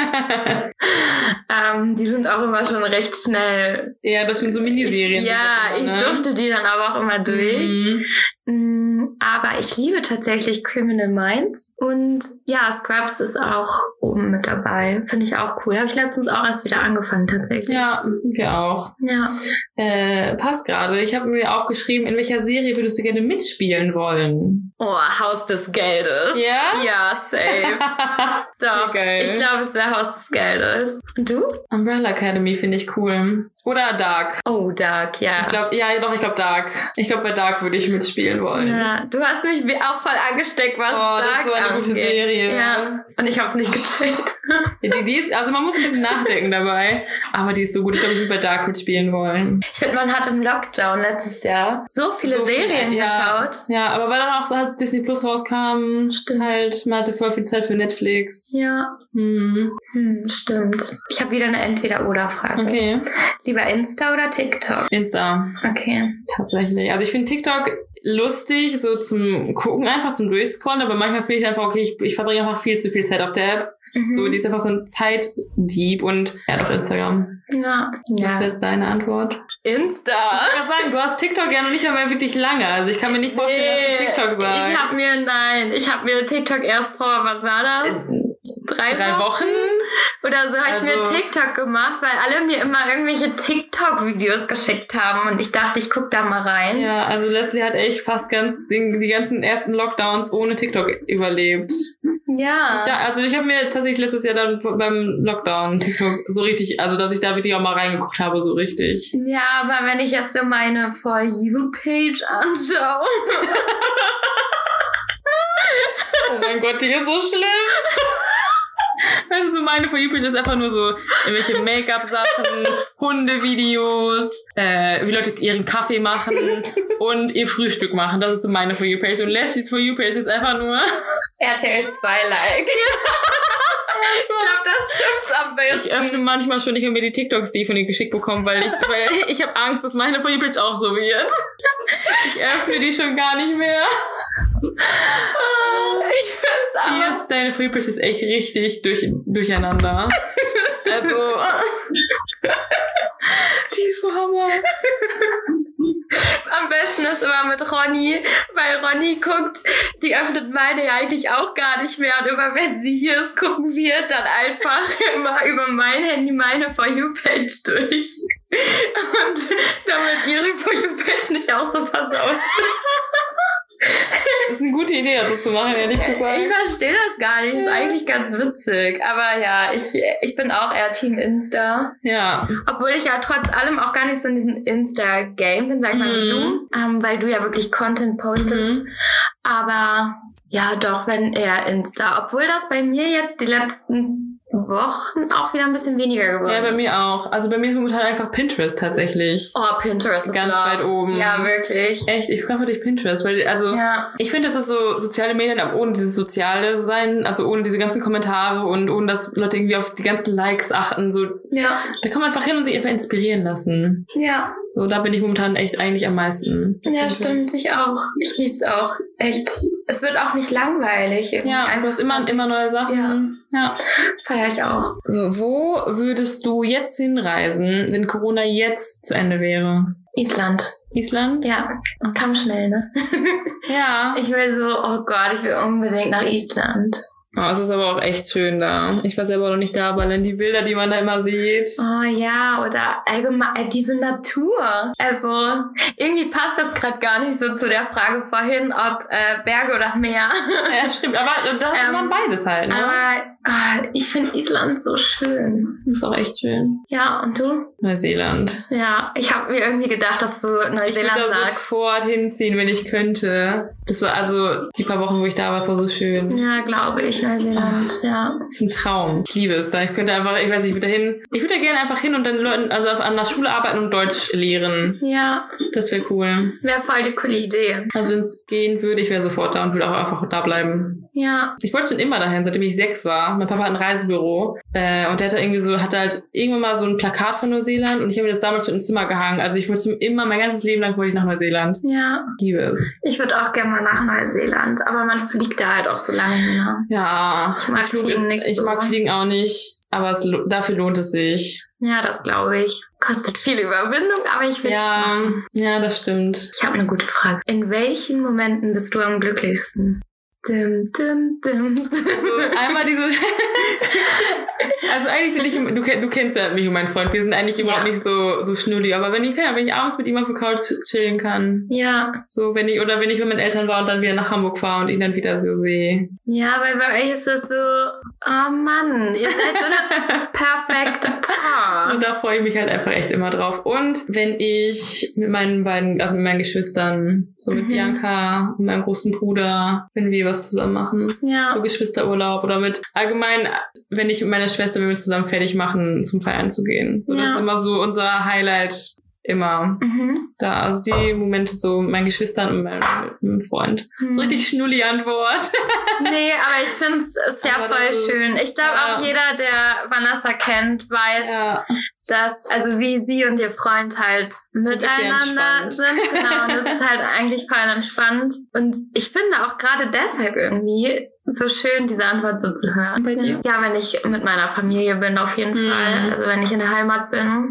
Die sind auch immer schon recht schnell. Ja, das sind so Miniserien. Ich suchte die dann aber auch immer durch. Aber ich liebe tatsächlich Criminal Minds. Und ja, Scrubs ist auch oben mit dabei. Finde ich auch cool. Habe ich letztens auch erst wieder angefangen tatsächlich. Ja, wir auch. Ja. Passt gerade. Ich habe mir aufgeschrieben, in welcher Serie würdest du gerne mitspielen wollen? Oh, Haus des Geldes. Ja? Ja, safe. Doch, ich glaube, es wäre Haus des Geldes. Und du? Umbrella Academy finde ich cool. Oder Dark. Oh, Dark, ja. Ich glaube Dark. Ich glaube, bei Dark würde ich mitspielen wollen. Ja, du hast mich auch voll angesteckt, was Dark das ist so eine gute Serie. Ja. Und ich habe es nicht gecheckt. Die ist, also man muss ein bisschen nachdenken dabei, aber die ist so gut. Ich glaube, ich würde bei Dark mitspielen wollen. Ich finde, man hat im Lockdown letztes Jahr so viele Serien geschaut. Ja, aber weil dann auch so halt Disney Plus rauskam, halt, man hatte voll viel Zeit für Netflix. Ja. Stimmt. Ich habe wieder eine Entweder-Oder-Frage. Okay. Lieber Insta oder TikTok? Insta. Okay. Tatsächlich. Also ich finde TikTok lustig, so zum Gucken, einfach zum Durchscrollen, aber manchmal finde ich einfach, okay, ich verbringe einfach viel zu viel Zeit auf der App. So, die ist einfach so ein Zeitdieb und ja, doch Instagram. Ja. Das wäre jetzt deine Antwort. Insta. Ich kann sagen, du hast TikTok ja noch nicht einmal wirklich lange. Also ich kann mir nicht vorstellen, dass du TikTok sagst. Ich habe mir TikTok erst vor, was war das? 3 Wochen? Oder so habe ich mir TikTok gemacht, weil alle mir immer irgendwelche TikTok-Videos geschickt haben und ich dachte, ich guck da mal rein. Ja, also Leslie hat echt fast die ganzen ersten Lockdowns ohne TikTok überlebt. Ja. Ich habe mir tatsächlich letztes Jahr dann beim Lockdown TikTok so richtig, also dass ich da wirklich auch mal reingeguckt habe, so richtig. Ja, aber wenn ich jetzt so meine For You-Page anschaue. Oh mein Gott, die ist so schlimm. Weißt du, so meine For You-Page ist einfach nur so irgendwelche Make-up-Sachen, Hundevideos, wie Leute ihren Kaffee machen und ihr Frühstück machen. Das ist so meine For You-Page. Und Leslies For You-Page ist einfach nur RTL 2 Like. Ich glaube, das trifft's am besten. Ich öffne manchmal schon nicht mehr die TikToks, die ich von ihr geschickt bekomme, weil ich habe Angst, dass meine For You-Page auch so wird. Ich öffne die schon gar nicht mehr. Ich find's aber... Deine For You-Page ist echt richtig durcheinander. Also... Die ist so Hammer. Am besten ist immer mit Ronny, weil Ronny guckt, die öffnet meine ja eigentlich auch gar nicht mehr und immer wenn sie hier ist, gucken wir dann einfach immer über mein Handy meine For You-Page durch. Und damit ihre For You-Page nicht auch so versaut Das ist eine gute Idee, das so zu machen, ehrlich gesagt. Ich verstehe das gar nicht. Das ist eigentlich ganz witzig. Aber ja, ich bin auch eher Team Insta. Ja. Obwohl ich ja trotz allem auch gar nicht so in diesem Insta-Game bin, sag ich mal, wie du. Weil du ja wirklich Content postest. Aber ja, doch, wenn eher Insta. Obwohl das bei mir jetzt die letzten Wochen auch wieder ein bisschen weniger geworden ist. Ja, bei mir auch. Also bei mir ist momentan einfach Pinterest tatsächlich. Oh, Pinterest ist ganz weit oben. Ja, wirklich. Echt, ich scroll durch Pinterest, weil ich finde, das ist so soziale Medien, aber ohne dieses soziale sein, also ohne diese ganzen Kommentare und ohne dass Leute irgendwie auf die ganzen Likes achten, so. Ja. Da kann man einfach hin und sich einfach inspirieren lassen. Ja. So, da bin ich momentan echt eigentlich am meisten. Ja, stimmt, ich auch. Ich lieb's auch. Echt. Es wird auch nicht langweilig. Ja, du hast immer neue Sachen. Ja. Feier ich auch. So, wo würdest du jetzt hinreisen, wenn Corona jetzt zu Ende wäre? Island. Island? Ja. Kam schnell, ne? Ja. Ich will so, oh Gott, ich will unbedingt nach Island. Oh, es ist aber auch echt schön da. Ich war selber noch nicht da, aber dann die Bilder, die man da immer sieht. Oh ja, oder allgemein diese Natur. Also irgendwie passt das gerade gar nicht so zu der Frage vorhin, ob Berge oder Meer. Ja, stimmt, aber das ist immer beides halt, ne? Aber ich finde Island so schön. Das ist auch echt schön. Ja, und du? Neuseeland. Ja, ich habe mir irgendwie gedacht, dass du Neuseeland sagst. Ich würde da sofort hinziehen, wenn ich könnte. Das war also die paar Wochen, wo ich da war, es war so schön. Ja, glaube ich, Neuseeland, ja. Das ist ein Traum. Ich liebe es da. Ich könnte einfach, ich würde da gerne einfach hin und dann Leuten, also an der Schule arbeiten und Deutsch lehren. Ja. Das wäre cool. Wäre voll die coole Idee. Also wenn es gehen würde, ich wäre sofort da und würde auch einfach da bleiben. Ja. Ich wollte schon immer dahin, seitdem ich 6 war. Mein Papa hat ein Reisebüro und der hatte halt irgendwann mal so ein Plakat von Neuseeland und ich habe mir das damals schon ins Zimmer gehangen. Also ich wollte immer, mein ganzes Leben lang wollte ich nach Neuseeland. Ja. Ich liebe es. Ich würde auch gerne mal nach Neuseeland, aber man fliegt da halt auch so lange hin. Ja, ich mag Fliegen nicht so. Ich mag Fliegen auch nicht, aber dafür lohnt es sich. Ja, das glaube ich. Kostet viel Überwindung, aber ich will es machen. Ja, das stimmt. Ich habe eine gute Frage. In welchen Momenten bist du am glücklichsten? Dim, dim, dim, dim. Also einmal diese... Also eigentlich sind du kennst ja mich und meinen Freund, wir sind eigentlich überhaupt nicht so schnullig, aber wenn ich abends mit ihm auf der Couch chillen kann. Ja. So, wenn ich bei meinen Eltern war und dann wieder nach Hamburg fahre und ihn dann wieder so sehe. Ja, weil bei euch ist das so, oh Mann, ihr seid so das perfekte Paar. Und da freue ich mich halt einfach echt immer drauf. Und wenn ich mit meinen Geschwistern, so mit Bianca und meinem großen Bruder, wenn wir was zusammen machen. Ja. So Geschwisterurlaub oder allgemein, wenn ich mit meiner Schwester, wenn wir zusammen fertig machen, zum Feiern zu gehen. So, das ist immer so unser Highlight immer. Da, also die Momente so mit meinen Geschwistern und meinem Freund. So richtig schnulli Antwort. Nee, aber ich finde es ist ja voll schön. Ich glaube auch jeder, der Vanessa kennt, weiß, also wie sie und ihr Freund halt miteinander sind. Genau, und das ist halt eigentlich voll entspannt. Und ich finde auch gerade deshalb irgendwie so schön, diese Antwort so zu hören. Bei dir? Ja, wenn ich mit meiner Familie bin, auf jeden Fall. Also wenn ich in der Heimat bin.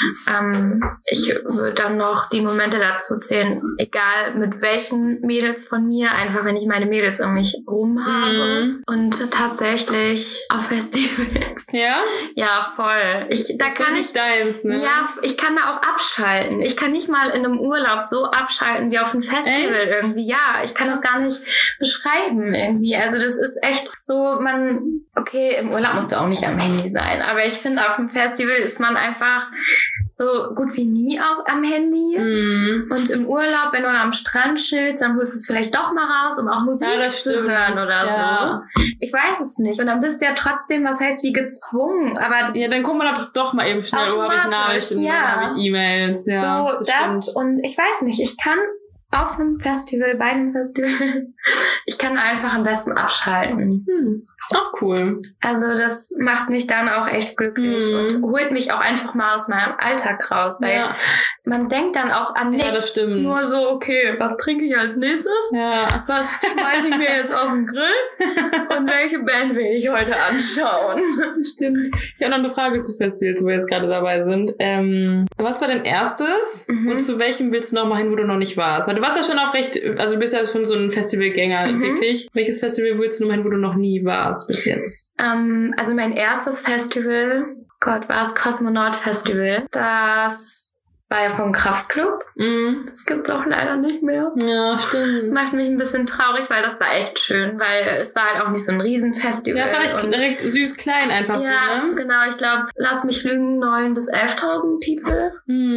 Ich würde dann noch die Momente dazu zählen, egal mit welchen Mädels von mir, einfach wenn ich meine Mädels um mich rum habe. Und tatsächlich auf Festivals. Ja? Ja, voll. Da kann ich deins, ne? Ja, ich kann da auch abschalten. Ich kann nicht mal in einem Urlaub so abschalten wie auf einem Festival irgendwie. Ja, ich kann das gar nicht beschreiben irgendwie. Also das ist echt so, okay, im Urlaub musst du auch nicht am Handy sein, aber ich finde, auf dem Festival ist man einfach so gut wie nie auch am Handy. Und im Urlaub, wenn du am Strand chillst, dann holst du es vielleicht doch mal raus, um auch Musik zu hören oder so. Ich weiß es nicht. Und dann bist du ja trotzdem, was heißt wie gezwungen. Aber ja, dann guck mal doch mal eben schnell, wo habe ich Nachrichten, wo habe ich E-Mails. Ja, so, das und ich weiß nicht, ich kann auf einem Festival, bei einem Festival, ich kann einfach am besten abschalten. Auch cool. Also das macht mich dann auch echt glücklich und holt mich auch einfach mal aus meinem Alltag raus, weil man denkt dann auch an nichts. Ja, das stimmt. Nur so, okay, was trinke ich als nächstes? Ja. Was schmeiße ich mir jetzt auf den Grill? Und welche Band will ich heute anschauen? Stimmt. Ich habe noch eine Frage zu Festivals, wo wir jetzt gerade dabei sind. Was war dein erstes und zu welchem willst du noch mal hin, wo du noch nicht warst? Weil du warst ja schon du bist ja schon so ein Festivalgänger, wirklich. Welches Festival willst du noch mal hin, wo du noch nie warst bis jetzt? Also mein erstes Festival, war das Kosmonaut Festival. Das war ja vom Kraftklub. Das gibt's auch leider nicht mehr. Ja, stimmt. Macht mich ein bisschen traurig, weil das war echt schön, weil es war halt auch nicht so ein Riesenfestival. Ja, es war recht süß klein einfach ja, so, ne? Genau. Ich glaube, lass mich lügen, 9.000 bis 11.000 People.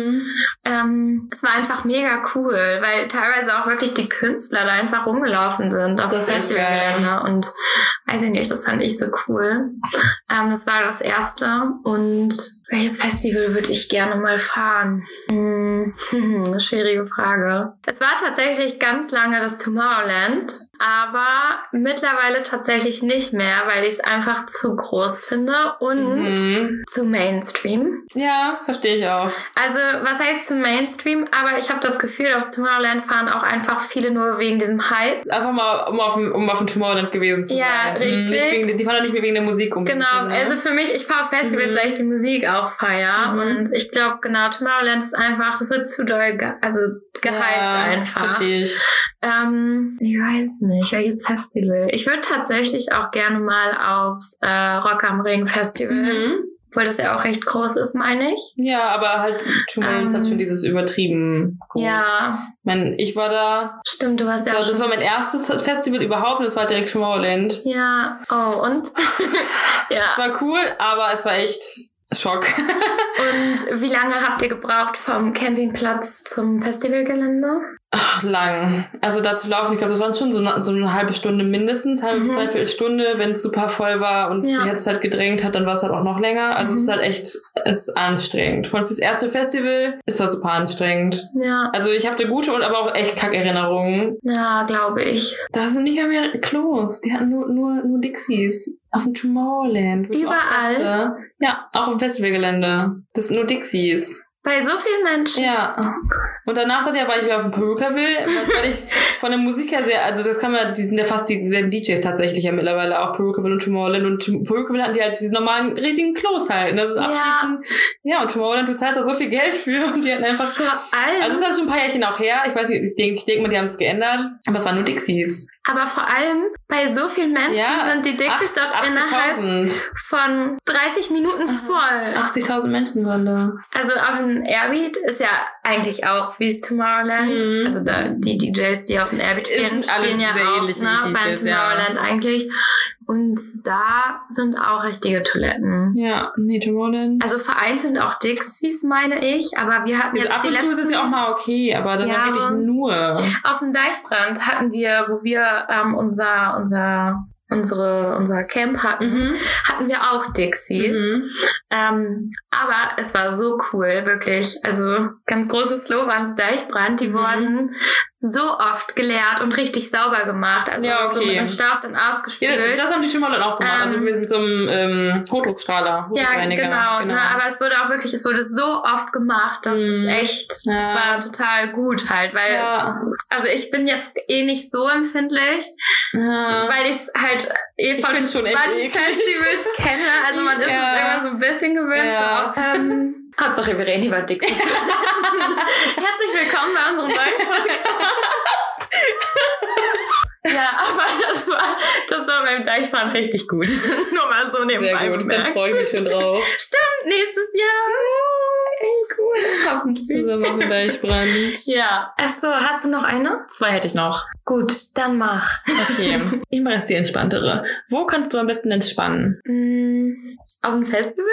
Es war einfach mega cool, weil teilweise auch wirklich die Künstler da einfach rumgelaufen sind auf das Festivalgelände. Und weiß ich nicht, das fand ich so cool. Das war das erste. Und welches Festival würde ich gerne mal fahren? Schwierige Frage. Es war tatsächlich ganz lange das Tomorrowland, aber mittlerweile tatsächlich nicht mehr, weil ich es einfach zu groß finde und zu Mainstream. Ja, verstehe ich auch. Also, was heißt zu Mainstream? Aber ich habe das Gefühl, aufs Tomorrowland fahren auch einfach viele nur wegen diesem Hype. Einfach mal, um auf dem Tomorrowland gewesen zu sein. Ja, richtig. Die fahren doch nicht mehr wegen der Musik Genau, also für mich, ich fahre auf Festivals, weil ich die Musik auch feiere. Und ich glaube, genau, Tomorrowland ist einfach, das wird zu doll, gehypt einfach. Verstehe ich. Ich weiß nicht, welches Festival. Ich würde tatsächlich auch gerne mal aufs Rock am Ring Festival, obwohl das ja auch recht groß ist, meine ich. Ja, aber halt Tomorrowland hat schon dieses übertrieben groß. Ja. Ich war da. Stimmt, du warst Das war mein erstes Festival überhaupt und das war direkt Tomorrowland. Ja. Oh, und? Ja. Es war cool, aber es war echt Schock. Und wie lange habt ihr gebraucht vom Campingplatz zum Festivalgelände? Ach, lang. Also da zu laufen, ich glaube, das waren schon so eine halbe Stunde mindestens, halbe bis dreiviertel Stunde, wenn es super voll war und sie jetzt halt gedrängt hat, dann war es halt auch noch länger. Also es ist halt echt, es ist anstrengend. Vor allem fürs erste Festival, es war super anstrengend. Ja. Also ich habe da gute und aber auch echt Kackerinnerungen. Ja, glaube ich. Da sind nicht mehr Klos. Die hatten nur Dixies. Auf dem Tomorrowland. Überall? Ja, auch im Festivalgelände. Das sind nur Dixies. Bei so vielen Menschen? Ja. Und danach war ich wieder auf dem Perukaville, weil ich von der Musik her sehr, also das kann man, die sind ja fast dieselben DJs tatsächlich ja mittlerweile, auch Perukaville und Tomorrowland. Und Perukaville hatten die halt diese normalen, richtigen Klos halt, ne? Abschließend. Ja, und Tomorrowland, du zahlst da so viel Geld für und die hatten einfach... Vor allem... Also es ist halt schon ein paar Jährchen auch her, ich weiß nicht, ich denke mal, die haben es geändert, aber es waren nur Dixies. Aber vor allem, bei so vielen Menschen sind die Dixies doch innerhalb von 30 Minuten voll. 80.000 Menschen waren da. Also auf dem Airbeat ist ja eigentlich auch wie es Tomorrowland. Also da die DJs, die auf dem Airbeat spielen, alles ja sehr auch ähnlich beim Tomorrowland eigentlich. Und da sind auch richtige Toiletten. Ja, nee, Tomorrowland. Also vereinzelt auch Dixies, meine ich. Aber wir hatten jetzt ab und zu ist es ja auch mal okay, aber das war wirklich nur... Auf dem Deichbrand hatten wir, wo wir unser unser Camp hatten, hatten wir auch Dixies. Aber es war so cool, wirklich. Also ganz großes Lob ans Deichbrand. Die wurden so oft geleert und richtig sauber gemacht. Also so mit dem Stab dann ausgespült. Ja, das haben die schon mal dann auch gemacht. Also mit so einem Hochdruckstrahler. Ja, genau. Ne, aber es wurde auch wirklich, es wurde so oft gemacht. Das ist echt, das war total gut halt. Weil, also ich bin jetzt nicht so empfindlich, weil ich es halt von manchen Festivals kenne. Also man ist es irgendwann so ein bisschen gewöhnt. Ja. So. Hauptsache wir reden über Dixie. Herzlich willkommen bei unserem neuen Podcast. Ja, aber das war beim Deichfahren richtig gut. Nur mal so nebenbei. Sehr gut, bemerkt. dann freue ich mich schon drauf. Stimmt, nächstes Jahr. Ey, cool. Hoffentlich. Zusammen auf dem Deichbrand. Ja. Achso, hast du noch eine? 2 hätte ich noch. Gut, dann mach. Okay, ich mache jetzt die entspanntere. Wo kannst du am besten entspannen? Auf dem Festival?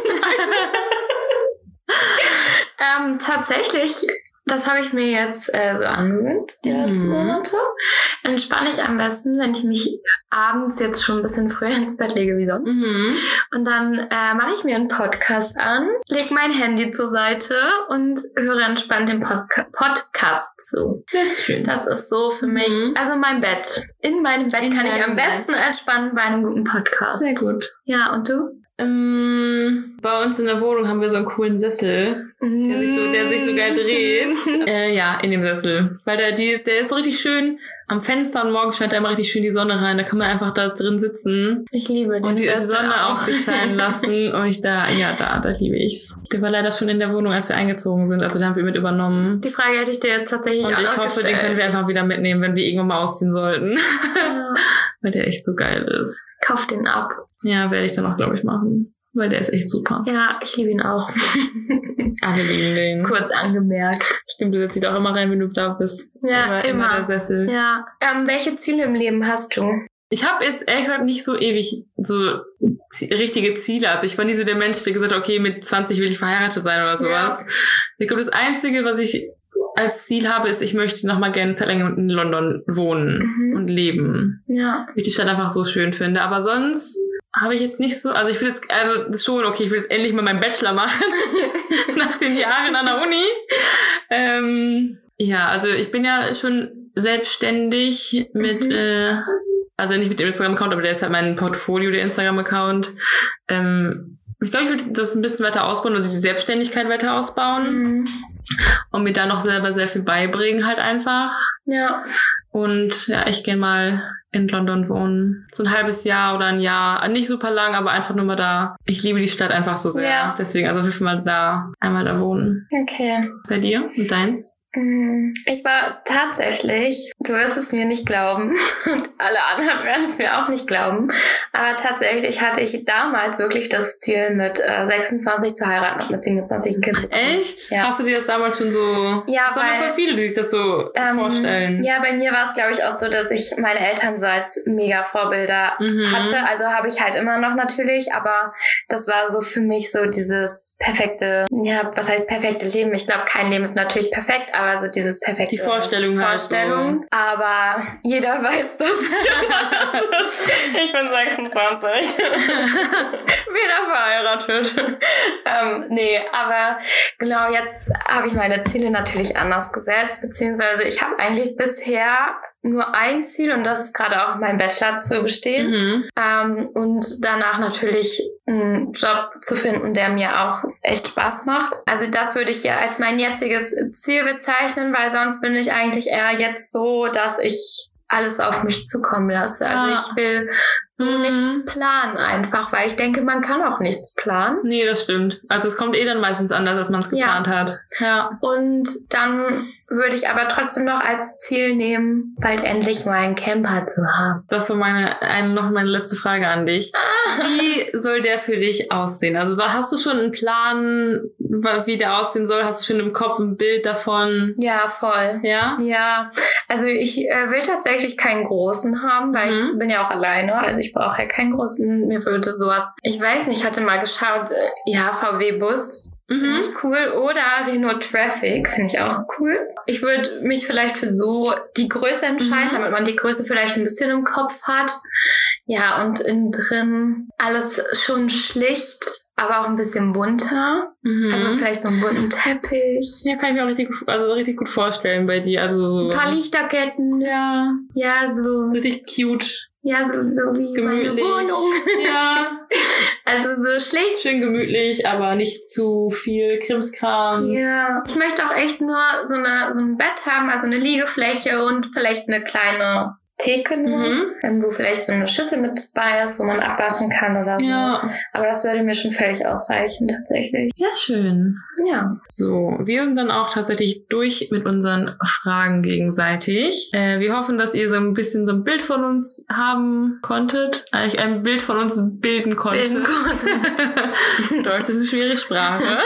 Tatsächlich, das habe ich mir jetzt so angewöhnt, die letzten Monate. Entspanne ich am besten, wenn ich mich abends jetzt schon ein bisschen früher ins Bett lege wie sonst. Und dann mache ich mir einen Podcast an, lege mein Handy zur Seite und höre entspannt den Podcast zu. Sehr schön. Das ist so für mich, also mein Bett. In meinem Bett kann ich am besten entspannen bei einem guten Podcast. Sehr gut. Ja, und du? Bei uns in der Wohnung haben wir so einen coolen Sessel, der sich so geil dreht. Ja, in dem Sessel. Weil der ist so richtig schön am Fenster und morgens scheint da immer richtig schön die Sonne rein. Da kann man einfach da drin sitzen. Ich liebe den und die Sessel Sonne auch auf sich scheinen lassen. Und da liebe ich's. Der war leider schon in der Wohnung, als wir eingezogen sind. Also den haben wir mit übernommen. Die Frage hätte ich dir jetzt tatsächlich auch Und ich hoffe, den können wir einfach wieder mitnehmen, wenn wir irgendwann mal ausziehen sollten. Ja. Weil der echt so geil ist. Kauf den ab. Ja, werde ich dann auch, glaube ich, machen. Weil der ist echt super. Ja, ich liebe ihn auch. Alle lieben den. Kurz angemerkt. Stimmt, du setzt dich auch immer rein, wenn du da bist. Ja, immer der Sessel. Ja. Welche Ziele im Leben hast du? Ich habe jetzt ehrlich gesagt nicht so ewig so richtige Ziele. Also ich war nie so der Mensch, der gesagt hat, okay, mit 20 will ich verheiratet sein oder sowas. Ja. Ich glaube, das Einzige, was ich als Ziel habe, ist, ich möchte noch mal gerne eine Zeit lang in London wohnen und leben. Ja. Weil ich die Stadt einfach so schön finde. Aber sonst habe ich jetzt nicht so, also ich will jetzt, ich will jetzt endlich mal meinen Bachelor machen. Nach den Jahren an der Uni. Ja, also ich bin ja schon selbstständig mit, also nicht mit dem Instagram-Account, aber der ist halt mein Portfolio, der Instagram-Account. Ich glaube, ich würde das ein bisschen weiter ausbauen, also die Selbstständigkeit weiter ausbauen. Und mir da noch selber sehr viel beibringen halt einfach. Ja. Und ja, ich gerne mal in London wohnen. So ein halbes Jahr oder ein Jahr. Nicht super lang, aber einfach nur mal da. Ich liebe die Stadt einfach so sehr. Ja. Deswegen, also ich will mal einmal da wohnen. Okay. Bei dir? Und deins? Ich war tatsächlich, du wirst es mir nicht glauben und alle anderen werden es mir auch nicht glauben, aber tatsächlich hatte ich damals wirklich das Ziel, mit 26 zu heiraten und mit 27 ein Kind zu bekommen. Echt? Ja. Hast du dir das damals schon so... Ja, das waren voll viele, die sich das so vorstellen. Ja, bei mir war es, glaube ich, auch so, dass ich meine Eltern so als mega Vorbilder hatte. Also habe ich halt immer noch natürlich, aber das war so für mich so dieses perfekte, ja, was heißt perfekte Leben? Ich glaube, kein Leben ist natürlich perfekt, aber so dieses perfekte die Vorstellung. Halt so. Aber jeder weiß das. Ich bin 26. Wieder verheiratet. Nee, aber genau, jetzt habe ich meine Ziele natürlich anders gesetzt, beziehungsweise ich habe eigentlich bisher nur ein Ziel und das ist gerade auch mein Bachelor zu bestehen und danach natürlich einen Job zu finden, der mir auch echt Spaß macht. Also das würde ich ja als mein jetziges Ziel bezeichnen, weil sonst bin ich eigentlich eher jetzt so, dass ich alles auf mich zukommen lasse. Also ich will so nichts planen einfach, weil ich denke, man kann auch nichts planen. Nee, das stimmt. Also es kommt dann meistens anders, als man es geplant hat. Ja. Und dann würde ich aber trotzdem noch als Ziel nehmen, bald endlich mal einen Camper zu haben. Das war noch meine letzte Frage an dich. Wie soll der für dich aussehen? Also hast du schon einen Plan, wie der aussehen soll? Hast du schon im Kopf ein Bild davon? Ja, voll. Ja? Ja. Also ich will tatsächlich keinen großen haben, weil ich bin ja auch alleine. Also ich brauche ja keinen großen. Mir würde sowas, ich weiß nicht, ich hatte mal geschaut, VW-Bus Finde ich cool. Oder Renault Traffic, finde ich auch cool. Ich würde mich vielleicht für so die Größe entscheiden, damit man die Größe vielleicht ein bisschen im Kopf hat. Ja, und innen drin alles schon schlicht, aber auch ein bisschen bunter. Also vielleicht so einen bunten Teppich. Ja, kann ich mir auch richtig gut vorstellen bei dir. Also so ein paar Lichterketten. Ja. Ja, so. Richtig cute. Ja, so wie gemütlich. Meine Wohnung. Ja. Also so schlicht. Schön gemütlich, aber nicht zu viel Krimskrams. Ja. Ich möchte auch echt nur so ein Bett haben, also eine Liegefläche und vielleicht eine kleine Theke nur, wo vielleicht so eine Schüssel mit bei ist, wo man abwaschen kann oder so. Ja. Aber das würde mir schon völlig ausreichen, tatsächlich. Sehr schön. Ja. So, wir sind dann auch tatsächlich durch mit unseren Fragen gegenseitig. Wir hoffen, dass ihr so ein bisschen so ein Bild von uns haben konntet. Eigentlich ein Bild von uns bilden konntet. Deutsch ist eine schwierige Sprache.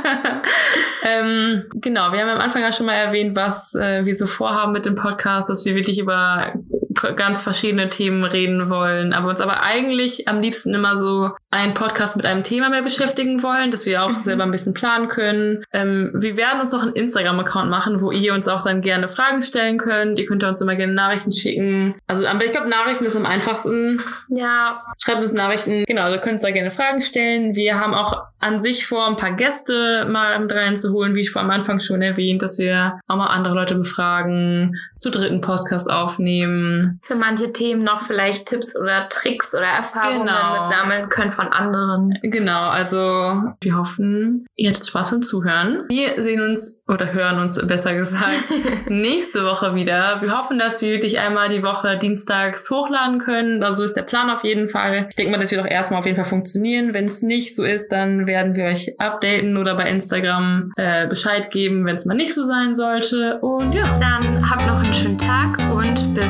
Genau, wir haben am Anfang ja schon mal erwähnt, was wir so vorhaben mit dem Podcast, dass wir wirklich über ganz verschiedene Themen reden wollen, aber uns aber eigentlich am liebsten immer so einen Podcast mit einem Thema mehr beschäftigen wollen, dass wir auch selber ein bisschen planen können. Wir werden uns noch einen Instagram-Account machen, wo ihr uns auch dann gerne Fragen stellen könnt. Ihr könnt uns immer gerne Nachrichten schicken. Also, aber ich glaube, Nachrichten ist am einfachsten. Ja. Schreibt uns Nachrichten. Genau, also könnt uns da gerne Fragen stellen. Wir haben auch an sich vor, ein paar Gäste mal mit reinzuholen, wie ich vor am Anfang schon erwähnt, dass wir auch mal andere Leute befragen, zu dritten Podcast aufnehmen. Für manche Themen noch vielleicht Tipps oder Tricks oder Erfahrungen mit sammeln können von anderen. Genau, also wir hoffen, ihr hattet Spaß beim Zuhören. Wir sehen uns oder hören uns, besser gesagt, nächste Woche wieder. Wir hoffen, dass wir wirklich einmal die Woche dienstags hochladen können. Also ist der Plan auf jeden Fall. Ich denke mal, das wird auch erstmal auf jeden Fall funktionieren. Wenn es nicht so ist, dann werden wir euch updaten oder bei Instagram Bescheid geben, wenn es mal nicht so sein sollte. Und ja. Dann habt noch einen schönen Tag und bis